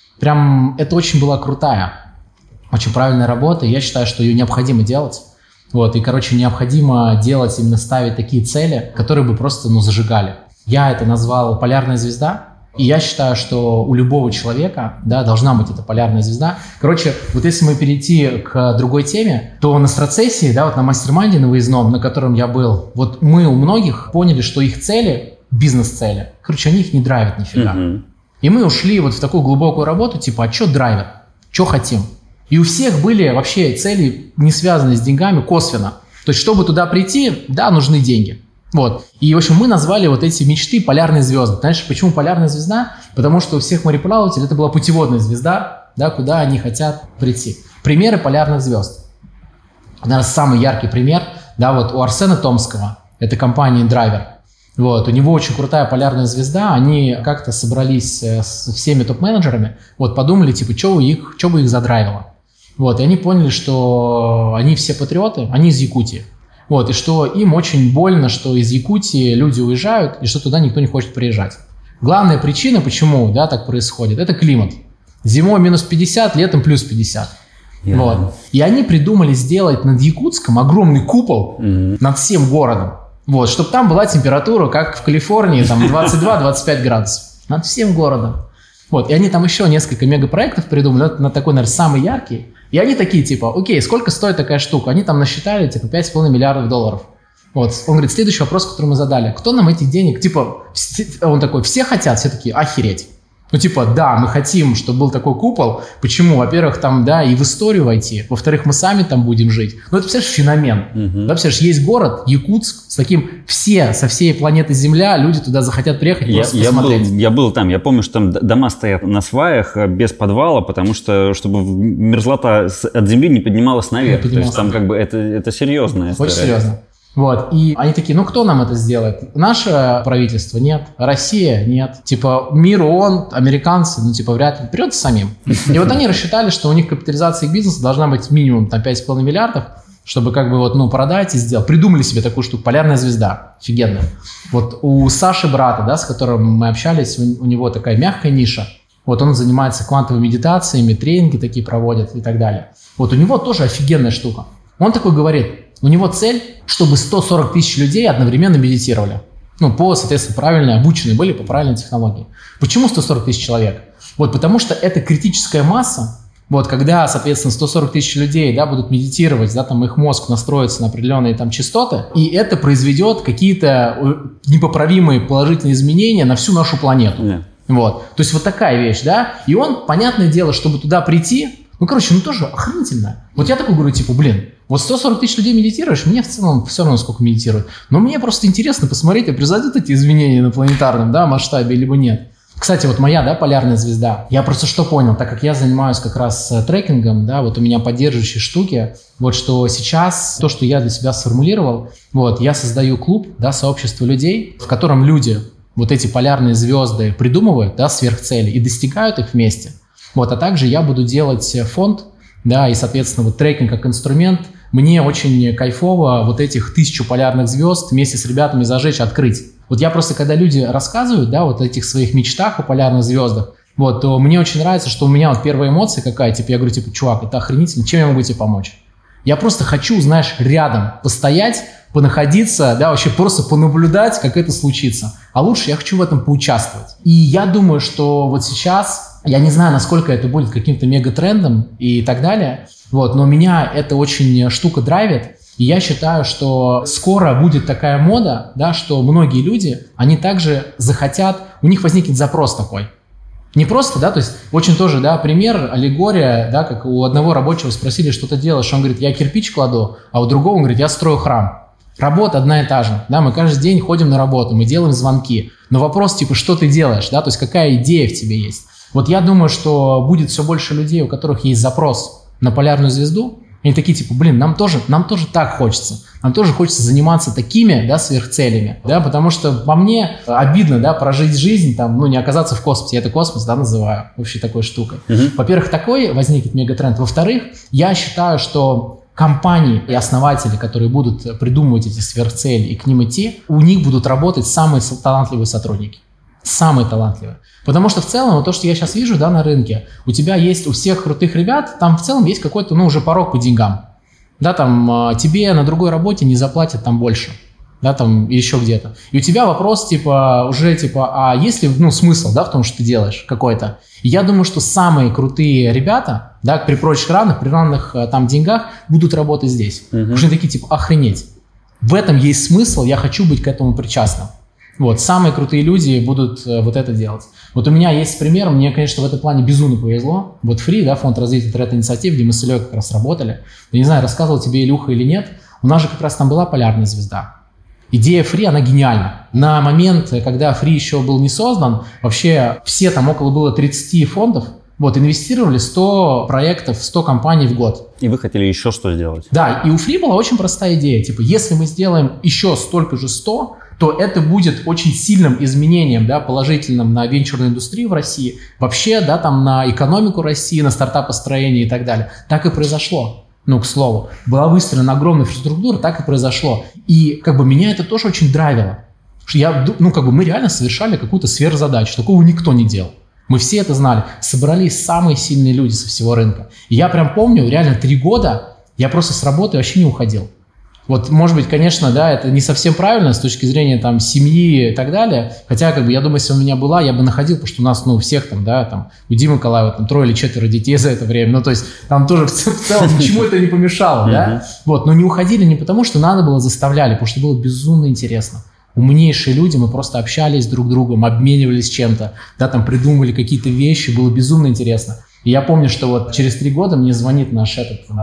Прям это очень была крутая, очень правильная работа, и я считаю, что ее необходимо делать. Вот, и, необходимо делать, именно ставить такие цели, которые бы просто, зажигали. Я это назвал «полярная звезда», и я считаю, что у любого человека, да, должна быть эта полярная звезда. Вот если мы перейти к другой теме, то на страцессии, да, вот на мастер-майнде, на выездном, на котором я был, вот мы у многих поняли, что их цели, бизнес-цели, они их не драйвят нифига. И мы ушли вот в такую глубокую работу, а что драйвит, что хотим. И у всех были вообще цели, не связанные с деньгами, косвенно. То есть, чтобы туда прийти, да, нужны деньги. Вот. И, в общем, мы назвали вот эти мечты полярной звезды. Знаешь, почему полярная звезда? Потому что у всех мореплавателей это была путеводная звезда, да, куда они хотят прийти. Примеры полярных звезд. Наверное, самый яркий пример, да, вот у Арсена Томского, это компания Driver. Вот, у него очень крутая полярная звезда, они как-то собрались с всеми топ-менеджерами, вот, подумали, что бы их задрайвило. Вот, и они поняли, что они все патриоты, они из Якутии. Вот, и что им очень больно, что из Якутии люди уезжают, и что туда никто не хочет приезжать. Главная причина, почему, да, так происходит, это климат. Зимой минус 50, летом плюс 50. Yeah. Вот. И они придумали сделать над Якутском огромный купол над всем городом. Вот, чтобы там была температура, как в Калифорнии, там 22-25 градусов. Над всем городом. Вот, и они там еще несколько мегапроектов придумали, это такой, наверное, самый яркий. И они такие, окей, сколько стоит такая штука? Они там насчитали, $5,5 миллиардов. Вот, он говорит, следующий вопрос, который мы задали. Кто нам этих денег, он такой, все хотят, все такие, охереть. Ну, типа, да, мы хотим, чтобы был такой купол. Почему? Во-первых, там, да, и в историю войти. Во-вторых, мы сами там будем жить. Ну, это, представляешь, феномен. Да, представляешь, есть город Якутск с таким... со всей планеты Земля, люди туда захотят приехать просто посмотреть. Я был там. Я помню, что там дома стоят на сваях без подвала, потому что, чтобы мерзлота от земли не поднималась наверх. То есть там как бы это серьезная история. Очень серьезно. Вот, и они такие, ну кто нам это сделает? Наше правительство? Нет. Россия? Нет. Типа мир, ООН, американцы, ну типа вряд ли. Придется самим. И вот они рассчитали, что у них капитализация их бизнеса должна быть минимум там 5,5 миллиардов, чтобы как бы вот, ну, продать и сделать. Придумали себе такую штуку. Полярная звезда. Офигенно. Вот у Саши брата, да, с которым мы общались, у него такая мягкая ниша. Вот он занимается квантовыми медитациями, тренинги такие проводит и так далее. Вот у него тоже офигенная штука. Он такой говорит, у него цель, чтобы 140 тысяч людей одновременно медитировали. Ну, соответственно, правильно обучены были по правильной технологии. Почему 140 тысяч человек? Вот, потому что это критическая масса. Вот, когда, соответственно, 140 тысяч людей, да, будут медитировать, да, там их мозг настроится на определенные там частоты, и это произведет какие-то непоправимые положительные изменения на всю нашу планету. Yeah. Вот. То есть вот такая вещь, да. И он, понятное дело, чтобы туда прийти, ну, короче, ну тоже охренительно. Вот я такой говорю, типа, блин, вот 140 тысяч людей медитируешь, мне в целом все равно сколько медитируют. Но мне просто интересно посмотреть, а произойдут эти изменения на планетарном, да, масштабе, либо нет. Кстати, вот моя, да, полярная звезда. Я просто что понял, так как я занимаюсь как раз трекингом, да, вот у меня поддерживающие штуки, вот что сейчас, то, что я для себя сформулировал, вот, я создаю клуб, да, сообщество людей, в котором люди, вот эти полярные звезды придумывают, да, сверхцели и достигают их вместе. Вот, а также я буду делать фонд, да, и, соответственно, вот трекинг как инструмент. Мне очень кайфово вот этих 1000 полярных звезд вместе с ребятами зажечь, открыть. Вот я просто, когда люди рассказывают, да, вот о этих своих мечтах о полярных звездах, вот, то мне очень нравится, что у меня вот первая эмоция какая, типа, я говорю, типа, чувак, это охренительно, чем я могу тебе помочь? Я просто хочу, знаешь, рядом постоять, понаходиться, да, вообще просто понаблюдать, как это случится. А лучше я хочу в этом поучаствовать. И я думаю, что вот сейчас, я не знаю, насколько это будет каким-то мегатрендом и так далее, вот, но меня эта очень штука драйвит. И я считаю, что скоро будет такая мода, да, что многие люди, они также захотят, у них возникнет запрос такой. Не просто, да, то есть очень тоже, да, пример, аллегория, да, как у одного рабочего спросили, что ты делаешь, он говорит, я кирпич кладу, а у другого он говорит, я строю храм. Работа одна и та же, да, мы каждый день ходим на работу, мы делаем звонки, но вопрос типа, что ты делаешь, да, то есть какая идея в тебе есть. Вот я думаю, что будет все больше людей, у которых есть запрос на полярную звезду, и они такие, типа, блин, нам тоже так хочется. Нам тоже хочется заниматься такими, да, сверхцелями, да, потому что по мне обидно, да, прожить жизнь, там, ну, не оказаться в космосе. Я это космос, да, называю вообще такой штукой. Во-первых, такой возникнет мегатренд. Во-вторых, я считаю, что компании и основатели, которые будут придумывать эти сверхцели и к ним идти, у них будут работать самые талантливые сотрудники. Самые талантливые. Потому что в целом, вот то, что я сейчас вижу, да, на рынке, у тебя есть, у всех крутых ребят, там в целом есть какой-то, ну, уже порог по деньгам. Да, там тебе на другой работе не заплатят там больше. Да, там еще где-то. И у тебя вопрос, типа, уже, типа, а есть ли, ну, смысл, да, в том, что ты делаешь какой-то? И я думаю, что самые крутые ребята, да, при прочих равных, при равных там деньгах будут работать здесь. Потому что они такие, типа, охренеть. В этом есть смысл, я хочу быть к этому причастным. Вот, самые крутые люди будут вот это делать. Вот у меня есть пример, мне, конечно, в этом плане безумно повезло. Вот Free, да, фонд развития интернет-инициатив, где мы с Ильей как раз работали. Я не знаю, рассказывал тебе Илюха или нет, у нас же как раз там была полярная звезда. Идея Free, она гениальна. На момент, когда Free еще был не создан, вообще все там около было 30 фондов, вот, инвестировали 100 проектов, 100 компаний в год. И вы хотели еще что сделать? Да, и у Free была очень простая идея. Типа, если мы сделаем еще столько же 100, то это будет очень сильным изменением, да, положительным на венчурную индустрию в России, вообще, да, там на экономику России, на стартап-построение и так далее. Так и произошло. Ну, к слову, была выстроена огромная инфраструктура, так и произошло. И как бы меня это тоже очень драйвило. Мы реально совершали какую-то сверхзадачу, такого никто не делал. Мы все это знали. Собрались самые сильные люди со всего рынка. И я прям помню, реально 3 года я просто с работы вообще не уходил. Вот, может быть, конечно, да, это не совсем правильно с точки зрения там семьи и так далее. Хотя, как бы, я думаю, если у меня была, я бы находил, потому что у нас, ну, у всех там, да, там, у Димы Калаева там 3 или 4 детей за это время. Ну, то есть, там тоже в целом ничему это не помешало, да. Вот, но не уходили не потому, что надо было, заставляли, потому что было безумно интересно. умнейшие люди, мы просто общались друг с другом, обменивались чем-то, да, там придумывали какие-то вещи, было безумно интересно. И я помню, что вот через 3 года мне звонит наш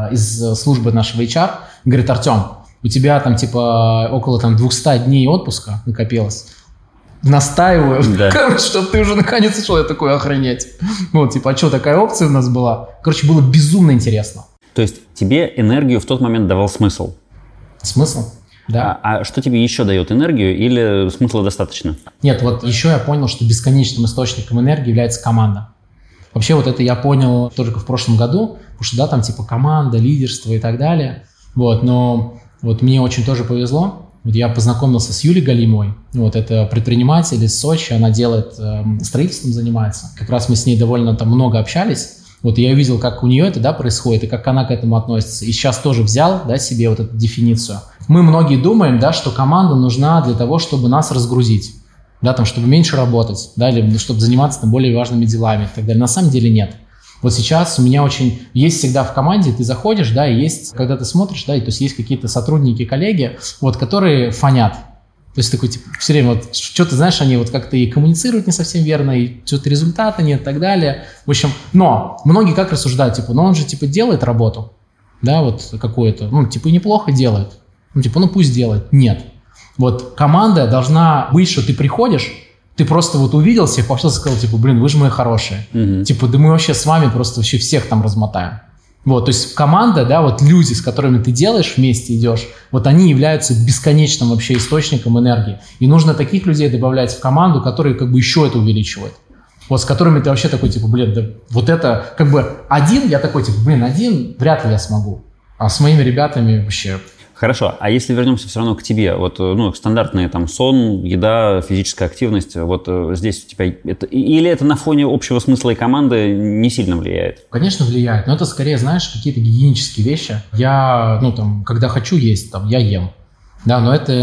из службы нашего HR, говорит: Артем, у тебя там типа около 200 дней отпуска накопилось. Настаиваю, чтобы ты уже наконец ушел. Я такой: охренеть. Вот, типа, а что, такая опция у нас была? Короче, было безумно интересно. То есть тебе энергию в тот момент давал смысл? Смысл? Да. А что тебе еще дает энергию или смысла достаточно? Нет, вот еще я понял, что бесконечным источником энергии является команда. Вообще вот это я понял только в прошлом году, потому что, да, там типа команда, лидерство и так далее. Вот, но вот мне очень тоже повезло. Вот я познакомился с Юлей Галимовой. Вот, это предприниматель из Сочи, она делает, строительством занимается. Как раз мы с ней довольно там много общались. Вот я увидел, как у нее это, да, происходит и как она к этому относится. И сейчас тоже взял, да, себе вот эту дефиницию. Мы многие думаем, да, что команда нужна для того, чтобы нас разгрузить, да, там, чтобы меньше работать, да, или чтобы заниматься там более важными делами и так далее. На самом деле нет. Вот сейчас у меня есть всегда в команде, ты заходишь, да, и есть, когда ты смотришь, да, и то есть есть какие-то сотрудники, коллеги, вот, которые фонят. То есть такой, типа, все время вот, что-то, знаешь, они вот как-то и коммуницируют не совсем верно, и что-то результата нет и так далее. В общем, но многие как рассуждают, типа, он же, типа, делает работу, да, вот какую-то, типа, и неплохо делает. Пусть делает. Нет. Вот команда должна быть, что ты приходишь, ты просто вот увидел всех, пообщался, сказал, типа, вы же мои хорошие. Типа, да мы вообще с вами просто вообще всех там размотаем. Вот, то есть команда, да, вот люди, с которыми ты делаешь вместе, идешь, вот они являются бесконечным вообще источником энергии. И нужно таких людей добавлять в команду, которые как бы еще это увеличивают. Вот с которыми ты вообще такой, типа, да вот это, как бы один, я такой, типа, один вряд ли я смогу. А с моими ребятами вообще... Хорошо, а если вернемся все равно к тебе, вот, стандартные там сон, еда, физическая активность, вот здесь у тебя это, или это на фоне общего смысла и команды не сильно влияет? Конечно, влияет, но это скорее, знаешь, какие-то гигиенические вещи. Я, когда хочу есть, там, я ем, да, но это,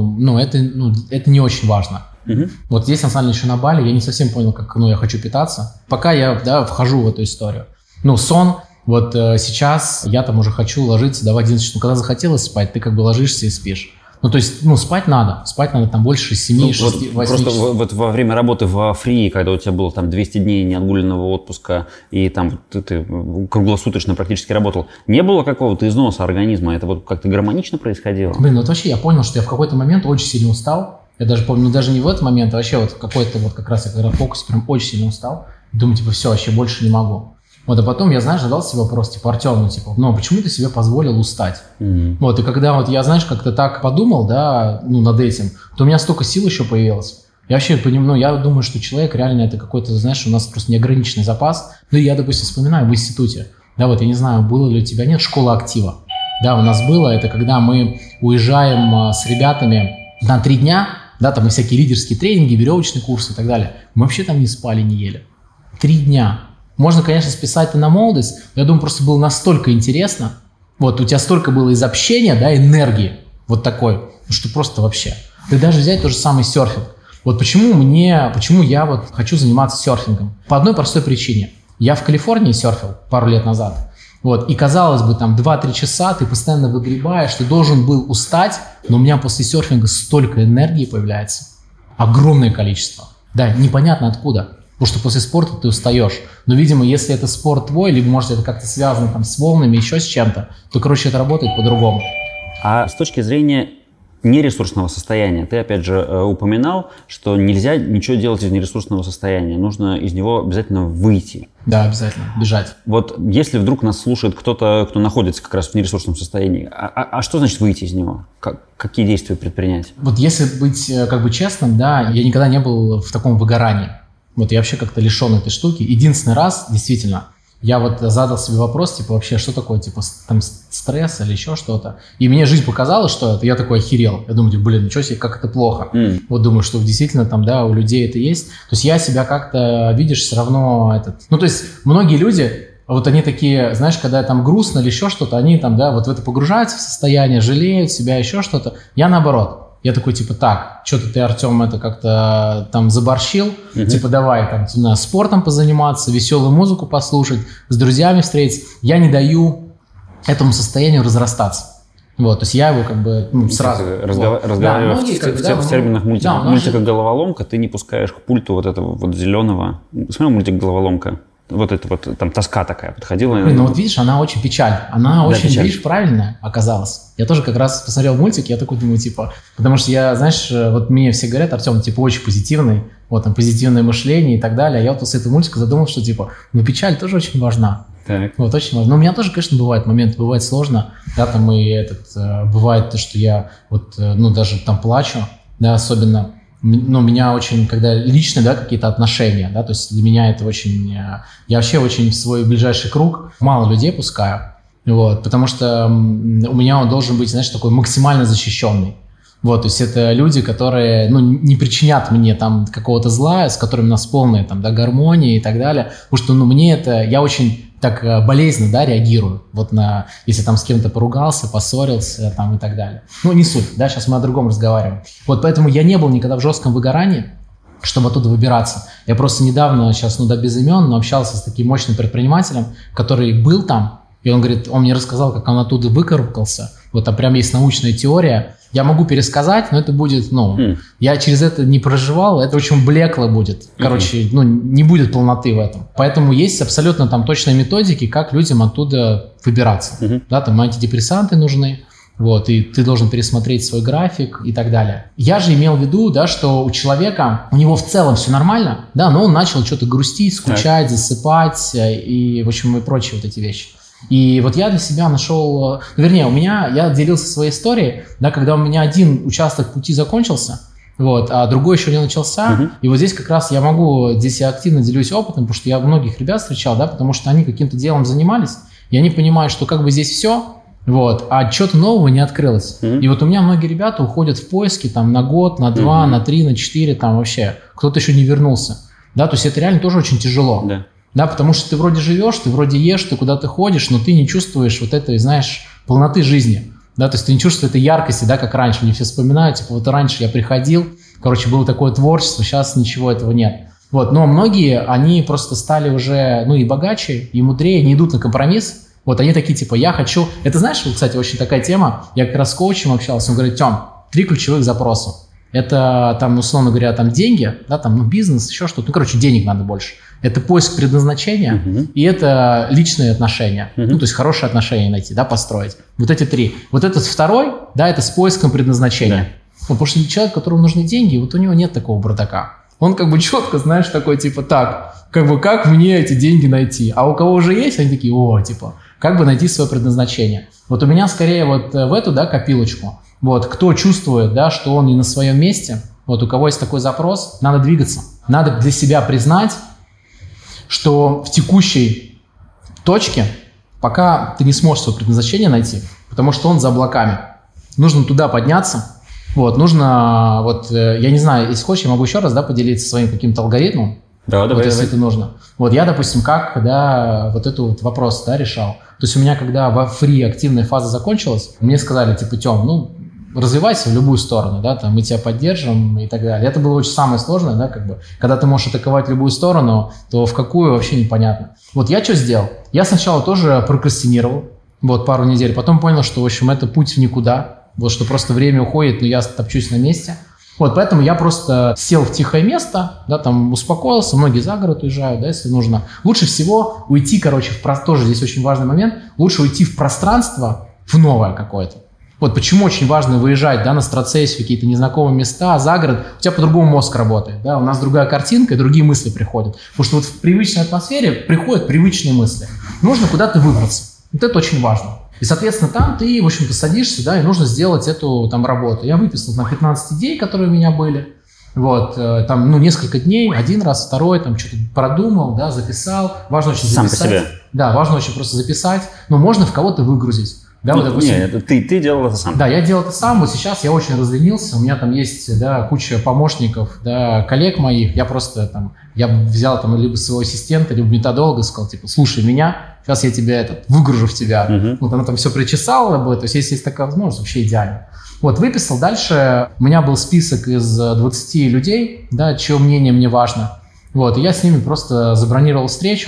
это не очень важно. Вот здесь, на самом деле, еще на Бали, я не совсем понял, как, я хочу питаться, пока я, да, вхожу в эту историю. Сон. Вот сейчас я там уже хочу ложиться, в 11 часов. Когда захотелось спать, ты как бы ложишься и спишь. То есть, спать надо там больше 7, 6, 8 просто часов. Вот во время работы во Фри, когда у тебя было там 200 дней неотгуленного отпуска, и там ты круглосуточно практически работал, не было какого-то износа организма? Это вот как-то гармонично происходило? Вот вообще я понял, что я в какой-то момент очень сильно устал. Я даже помню, даже не в этот момент, а вообще вот какой-то вот как раз я когда в фокусе прям очень сильно устал. Думаю, типа, все, вообще больше не могу. Вот, а потом я, задал себе вопрос, типа, Артем, почему ты себе позволил устать? Вот, и когда вот я, как-то так подумал, да, над этим, то у меня столько сил еще появилось. Я вообще понимаю, я думаю, что человек реально это какой-то, у нас просто неограниченный запас. Я, допустим, вспоминаю в институте, да, вот я не знаю, было ли у тебя, нет, школа актива. Да, у нас было, это когда мы уезжаем с ребятами на 3 дня, да, там и всякие лидерские тренинги, веревочные курсы и так далее. Мы вообще там не спали, не ели. 3 дня. Можно, конечно, списать это на молодость, но я думаю, просто было настолько интересно. Вот, у тебя столько было из общения, да, энергии, вот такой, что просто вообще. Ты даже взять тот же самый серфинг. Вот почему я вот хочу заниматься серфингом? По одной простой причине. Я в Калифорнии серфил пару лет назад. Вот, и казалось бы, там 2-3 часа ты постоянно выгребаешь, ты должен был устать, но у меня после серфинга столько энергии появляется. Огромное количество. Да, непонятно откуда. Потому что после спорта ты устаешь. Но, видимо, если это спорт твой, либо, может, это как-то связано там с волнами, еще с чем-то, то, это работает по-другому. А с точки зрения нересурсного состояния, ты, опять же, упоминал, что нельзя ничего делать из нересурсного состояния. Нужно из него обязательно выйти. Да, обязательно. Бежать. Вот если вдруг нас слушает кто-то, кто находится как раз в нересурсном состоянии, а что значит выйти из него? Какие действия предпринять? Вот если быть как бы честным, да, я никогда не был в таком выгорании. Вот я вообще как-то лишен этой штуки. Единственный раз, действительно, я вот задал себе вопрос, типа, вообще, что такое, типа, там, стресс или еще что-то. И мне жизнь показала, что это. Я такой охерел. Я думаю, типа, ничего себе, как это плохо. Вот думаю, что действительно там, да, у людей это есть. То есть я себя как-то, видишь, все равно то есть многие люди, вот они такие, знаешь, когда там грустно или еще что-то, они там, да, вот в это погружаются в состояние, жалеют себя, еще что-то. Я наоборот. Я такой, типа, так, что-то ты, Артем, это как-то там заборщил, типа, давай там спортом позаниматься, веселую музыку послушать, с друзьями встретиться. Я не даю этому состоянию разрастаться. Вот, то есть я его как бы сразу... Разговаривая в терминах мультика «Головоломка», ты не пускаешь к пульту вот этого вот зеленого. Смотрел мультик «Головоломка»? Вот это вот, там тоска такая подходила. Ну вот видишь, она очень печальная. Она очень, печаль. Видишь, правильная оказалась. Я тоже как раз посмотрел мультик, я такой думаю, типа... Потому что я, знаешь, вот мне все говорят, Артем, типа, очень позитивный, вот там позитивное мышление и так далее. А я вот после этого мультика задумал, что, типа, печаль тоже очень важна. Так. Вот, очень важно. Но у меня тоже, конечно, бывает моменты, бывает сложно. Да, там бывает то, что я вот, даже там плачу, да, особенно... меня очень, когда личные, да, какие-то отношения, да, то есть для меня это очень... Я вообще очень в свой ближайший круг мало людей пускаю, вот, потому что у меня он должен быть, знаешь, такой максимально защищенный. Вот, то есть это люди, которые, не причинят мне там какого-то зла, с которыми у нас полная там, да, гармония и так далее, потому что, мне это... Я очень... так болезненно, да, реагирую, вот на, если там с кем-то поругался, поссорился там и так далее. Не суть, да, сейчас мы о другом разговариваем. Вот поэтому я не был никогда в жестком выгорании, чтобы оттуда выбираться. Я просто недавно, сейчас, без имен, но общался с таким мощным предпринимателем, который был там, и он говорит, он мне рассказал, как он оттуда выкарабкался, вот там прям есть научная теория. Я могу пересказать, но это будет, я через это не проживал, это очень блекло будет. Короче, не будет полноты в этом. Поэтому есть абсолютно там точные методики, как людям оттуда выбираться. Да, там антидепрессанты нужны, вот, и ты должен пересмотреть свой график и так далее. Я же имел в виду, да, что у человека, у него в целом все нормально, да, но он начал что-то грустить, скучать, засыпать и, в общем, и прочие вот эти вещи. И вот я для себя нашел, я делился своей историей, да, когда у меня один участок пути закончился, вот, а другой еще не начался, и вот здесь как раз здесь я активно делюсь опытом, потому что я многих ребят встречал, да, потому что они каким-то делом занимались, и они понимают, что как бы здесь все, вот, а чего-то нового не открылось. И вот у меня многие ребята уходят в поиски там на год, на 2, на 3, на 4, там вообще, кто-то еще не вернулся, да, то есть это реально тоже очень тяжело. Да. Да, потому что ты вроде живешь, ты вроде ешь, ты куда-то ходишь, но ты не чувствуешь вот этой, знаешь, полноты жизни. Да, то есть ты не чувствуешь этой яркости, да, как раньше. Мне все вспоминают, типа, вот раньше я приходил, было такое творчество, сейчас ничего этого нет. Вот, но многие, они просто стали уже, и богаче, и мудрее, не идут на компромисс. Вот они такие, типа, я хочу... Это, знаешь, кстати, очень такая тема, я как раз с коучем общался, он говорит, Тём, 3 ключевых запроса. Это, там, условно говоря, там деньги, да, там, бизнес, еще что-то. Денег надо больше. Это поиск предназначения, и это личные отношения. То есть хорошие отношения найти, да, построить. Вот эти 3. Вот этот второй, да, это с поиском предназначения. Да. Потому что человек, которому нужны деньги, вот у него нет такого бардака. Он четко, знаешь, такой, типа, так, как мне эти деньги найти? А у кого уже есть, они такие, как бы найти свое предназначение. Вот у меня скорее вот в эту, да, копилочку. Вот, кто чувствует, да, что он не на своем месте, вот у кого есть такой запрос, надо двигаться. Надо для себя признать, что в текущей точке пока ты не сможешь свое предназначение найти, потому что он за облаками. Нужно туда подняться. Вот, нужно, я не знаю, если хочешь, я могу еще раз, да, поделиться своим каким-то алгоритмом. Да, давай. Если это нужно. Вот я, допустим, вот этот вопрос, да, решал. То есть у меня, когда во фри активная фаза закончилась, мне сказали, типа, Тём, развивайся в любую сторону, да, там, мы тебя поддержим и так далее. Это было очень самое сложное, да, когда ты можешь атаковать любую сторону, то в какую вообще непонятно. Вот я что сделал? Я сначала тоже прокрастинировал, пару недель, потом понял, что, в общем, это путь в никуда, что просто время уходит, но я топчусь на месте. Поэтому я просто сел в тихое место, да, там успокоился, многие за город уезжают, да, если нужно. Лучше всего уйти, тоже здесь очень важный момент, лучше уйти в пространство, в новое какое-то. Почему очень важно выезжать, да, на страцессию, какие-то незнакомые места, за город, у тебя по-другому мозг работает, да, у нас другая картинка и другие мысли приходят. Потому что в привычной атмосфере приходят привычные мысли. Нужно куда-то выбраться. Это очень важно. И, соответственно, там ты, в общем-то, садишься, да, и нужно сделать эту там работу. Я выписал на 15 идей, которые у меня были. Там, несколько дней, один раз, второй, там, что-то продумал, да, записал. Важно очень записать. Сам по себе. Да, важно очень просто записать. Но можно в кого-то выгрузить. Да, допустим, нет, ты делал это сам. Да, я делал это сам. Вот сейчас я очень разленился. У меня там есть, да, куча помощников, да, коллег моих. Я просто я взял либо своего ассистента, либо методолога, сказал, типа, слушай меня, сейчас я тебя выгружу в тебя. Она там все причесала бы. То есть, если есть такая возможность, вообще идеально. Выписал. Дальше у меня был список из 20 людей, да, чье мнение мне важно. И я с ними просто забронировал встречу.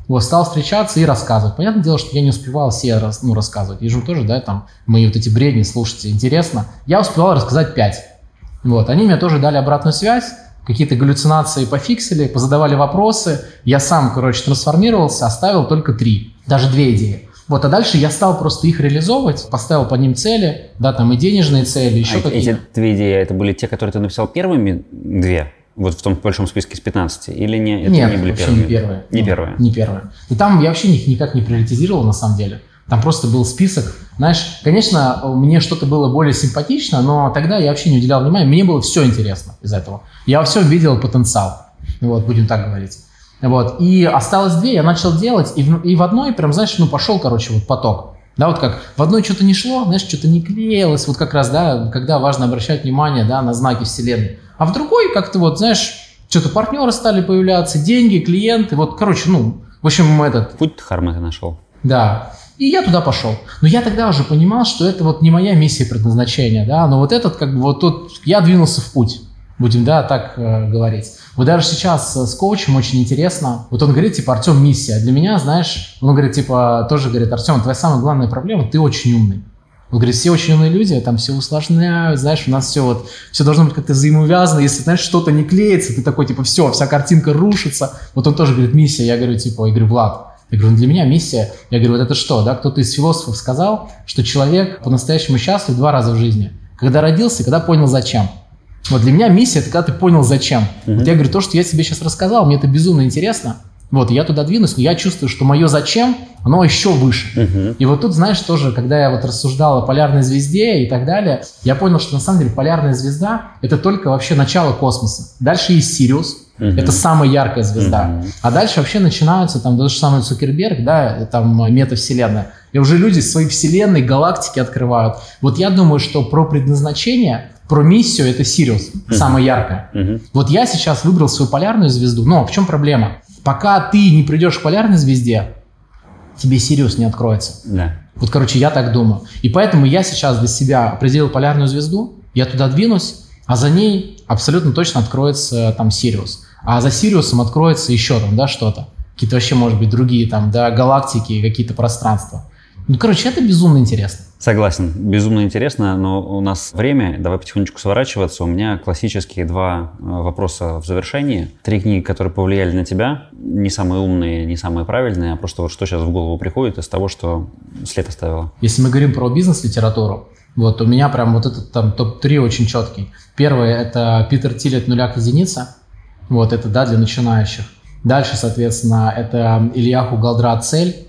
Вот, стал встречаться и рассказывать. Понятное дело, что я не успевал все рассказывать. Вижу тоже, да, там, мои вот эти бредни, слушайте, интересно. Я успевал рассказать 5. Вот, они мне тоже дали обратную связь, какие-то галлюцинации пофиксили, позадавали вопросы. Я сам, трансформировался, оставил только 3, даже 2 идеи. Вот, а дальше я стал просто их реализовывать, поставил по ним цели, да, там и денежные цели, еще какие-то. Эти 2 идеи, это были те, которые ты написал первыми 2? Вот в том большом списке из 15? Или не, это Нет, не были вообще первыми? не первые. Не первые? Не первые. И там я вообще их никак не приоритизировал, на самом деле. Там просто был список. Знаешь, конечно, мне что-то было более симпатично, но тогда я вообще не уделял внимания. Мне было все интересно из этого. Я во всем видел потенциал. Вот, будем так говорить. Вот. И осталось 2, я начал делать. И в одной прям, знаешь, пошел, вот поток. Да, вот как в одной что-то не шло, знаешь, что-то не клеилось. Вот как раз, да, когда важно обращать внимание, да, на знаки вселенной. А в другой как-то вот, знаешь, что-то партнеры стали появляться, деньги, клиенты. Вот, в общем, Путь дхармы ты нашел. Да. И я туда пошел. Но я тогда уже понимал, что это вот не моя миссия предназначения, да, но вот этот, тут я двинулся в путь. Будем, да, так говорить. Вот даже сейчас с коучем очень интересно. Вот он говорит, Артем, миссия. Для меня, знаешь, он говорит, тоже говорит, Артем, твоя самая главная проблема, ты очень умный. Он говорит, все очень умные люди, там все усложняют, знаешь, у нас все должно быть как-то взаимоувязано. Если, знаешь, что-то не клеится, ты такой, все, вся картинка рушится. Вот он тоже говорит, миссия. Я говорю, Влад, я говорю, для меня миссия. Я говорю, вот это что, да? Кто-то из философов сказал, что человек по-настоящему счастлив 2 раза в жизни. Когда родился, когда понял, зачем. Вот для меня миссия – это когда ты понял, зачем. Вот я говорю, то, что я тебе сейчас рассказал, мне это безумно интересно. Вот, я туда двинусь, но я чувствую, что мое «зачем», оно еще выше. И вот тут, знаешь, тоже, когда я рассуждал о полярной звезде и так далее, я понял, что на самом деле полярная звезда – это только вообще начало космоса. Дальше есть Сириус, это самая яркая звезда. А дальше вообще начинаются, там, даже самый Цукерберг, да, там, метавселенная. И уже люди свои вселенные, галактики открывают. Вот я думаю, что про предназначение, про миссию – это Сириус, самая яркая. Вот я сейчас выбрал свою полярную звезду, но в чем проблема? Пока ты не придешь к полярной звезде, тебе Сириус не откроется. Да. Вот, я так думаю. И поэтому я сейчас для себя определил полярную звезду, я туда двинусь, а за ней абсолютно точно откроется там Сириус. А за Сириусом откроется еще там, да, что-то. Какие-то вообще, может быть, другие там, да, галактики, какие-то пространства. Это безумно интересно. Согласен, безумно интересно, но у нас время, давай потихонечку сворачиваться. У меня классические 2 вопроса в завершении. 3 книги, которые повлияли на тебя, не самые умные, не самые правильные, а просто что сейчас в голову приходит из того, что след оставило. Если мы говорим про бизнес-литературу, у меня прям этот там топ-3 очень четкий. Первый – это Питер Тиль «От нуля к единице». Это, да, для начинающих. Дальше, соответственно, это Ильяху Галдрат «Цель».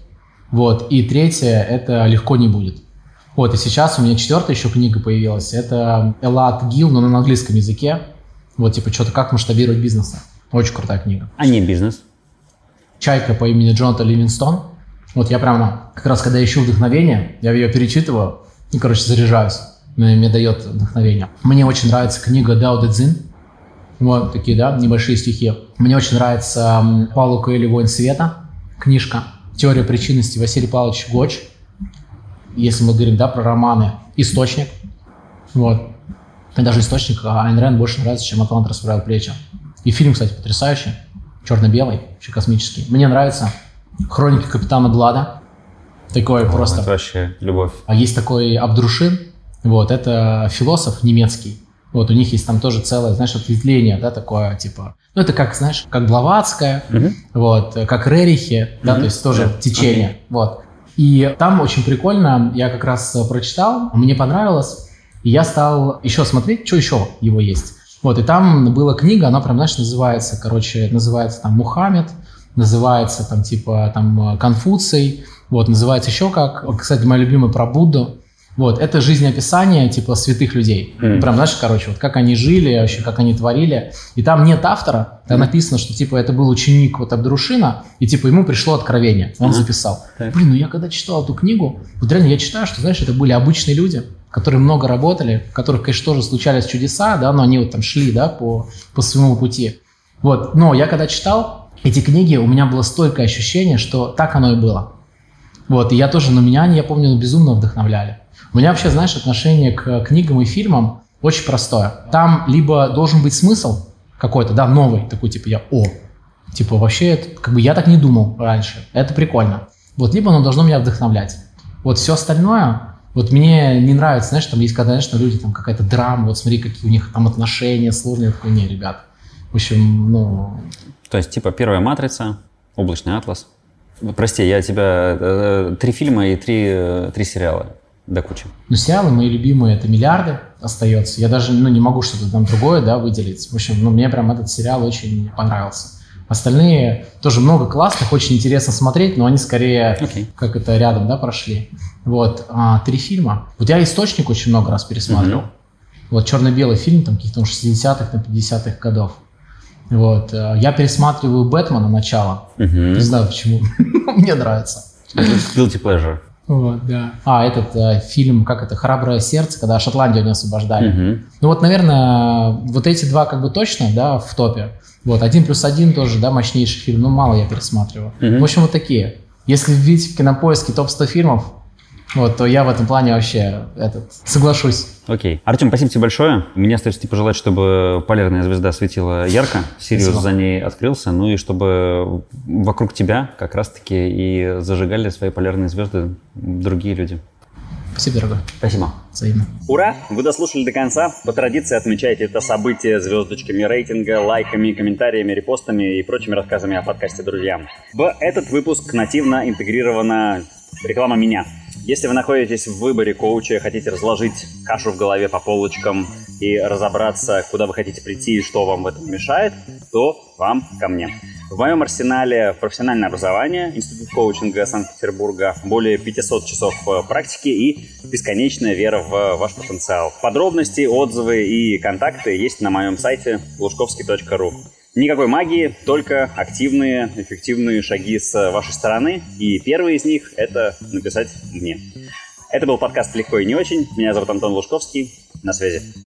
И 3 – это «Легко не будет». И сейчас у меня 4 еще книга появилась. Это Элад Гил, но на английском языке. Что-то «Как масштабировать бизнес». Очень крутая книга. А не бизнес? «Чайка» по имени Джонатан Ливингстон. Я прямо, как раз когда ищу вдохновение, я ее перечитываю и, заряжаюсь. Мне дает вдохновение. Мне очень нравится книга Дао Дэ Цзин. Такие, да, небольшие стихи. Мне очень нравится Пауло Коэльо «Воин света», книжка. «Теория причинности» Василий Павлович Гоч. Если мы говорим, да, про романы, «Источник». И даже «Источник» Айн Рэнд больше нравится, чем «Атлант расправил плечи». И фильм, кстати, потрясающий, черно-белый, вообще космический. Мне нравится «Хроники капитана Блада». Такой просто... Это вообще любовь. А есть такой Абдрушин, это философ немецкий. У них есть там тоже целое, знаешь, ответвление, да, такое, это как, знаешь, как Блаватская, как Рерихи, да, то есть тоже течение, И там очень прикольно, я как раз прочитал, мне понравилось, и я стал еще смотреть, что еще его есть. И там была книга, она прям, знаешь, называется там Мухаммед, называется там Конфуций, называется еще как, кстати, моя любимая про Будду. Это жизнеописание святых людей. Прям, знаешь, как они жили, вообще, как они творили. И там нет автора, там написано, что это был ученик Абдрушина, и ему пришло откровение. Он записал. Я когда читал эту книгу, реально я читаю, что, знаешь, это были обычные люди, которые много работали, у которых, конечно, тоже случались чудеса, да, но они там шли, да, по своему пути. Но я когда читал эти книги, у меня было стойкое ощущение, что так оно и было. И я тоже, меня они, я помню, безумно вдохновляли. У меня вообще, знаешь, отношение к книгам и фильмам очень простое. Там либо должен быть смысл какой-то, да, новый, такой Типа вообще, как бы я так не думал раньше. Это прикольно. Вот либо оно должно меня вдохновлять. Вот все остальное, вот мне не нравится, знаешь, там есть, когда, знаешь, люди, там какая-то драма, вот смотри, какие у них там отношения сложные. Я такой, не, ребят. В общем, ну... То есть, типа, первая «Матрица», «Облачный атлас». Прости, я тебя... 3 фильма и 3 сериала до кучи. Ну, сериалы мои любимые, это «Миллиарды» остается. Я даже, не могу что-то там другое, да, выделить. В общем, мне прям этот сериал очень понравился. Остальные тоже много классных, очень интересно смотреть, но они скорее как это рядом, да, прошли. Вот, 3 фильма. Вот я «Источник» очень много раз пересматривал. Вот черно-белый фильм, там каких-то 60-х, 50-х годов. Вот, я пересматриваю «Бэтмена» начало. Не знаю почему, мне нравится. Guilty pleasure. Вот, да. Этот фильм, как это, «Храброе сердце», когда Шотландию не освобождали. Ну вот, наверное, вот эти два как бы точно, да, в топе. Вот, «1+1» тоже, да, мощнейший фильм, но мало я пересматриваю. В общем, вот такие. Если вбить в Кинопоиске топ-100 фильмов, вот, то я в этом плане вообще соглашусь. Окей. Артем, спасибо тебе большое. Мне остается тебе пожелать, чтобы полярная звезда светила ярко, Сириус за ней открылся, ну и чтобы вокруг тебя как раз-таки и зажигали свои полярные звезды другие люди. Спасибо, дорогой. Спасибо. Взаимно. Ура! Вы дослушали до конца. По традиции отмечайте это событие звездочками рейтинга, лайками, комментариями, репостами и прочими рассказами о подкасте друзьям. В этот выпуск нативно интегрирована реклама меня. Если вы находитесь в выборе коуча, хотите разложить кашу в голове по полочкам и разобраться, куда вы хотите прийти и что вам в этом мешает, то вам ко мне. В моем арсенале профессиональное образование, Институт коучинга Санкт-Петербурга, более 500 часов практики и бесконечная вера в ваш потенциал. Подробности, отзывы и контакты есть на моем сайте lushkovsky.ru. Никакой магии, только активные, эффективные шаги с вашей стороны. И первый из них – это написать мне. Это был подкаст «Легко и не очень». Меня зовут Антон Лужковский. На связи.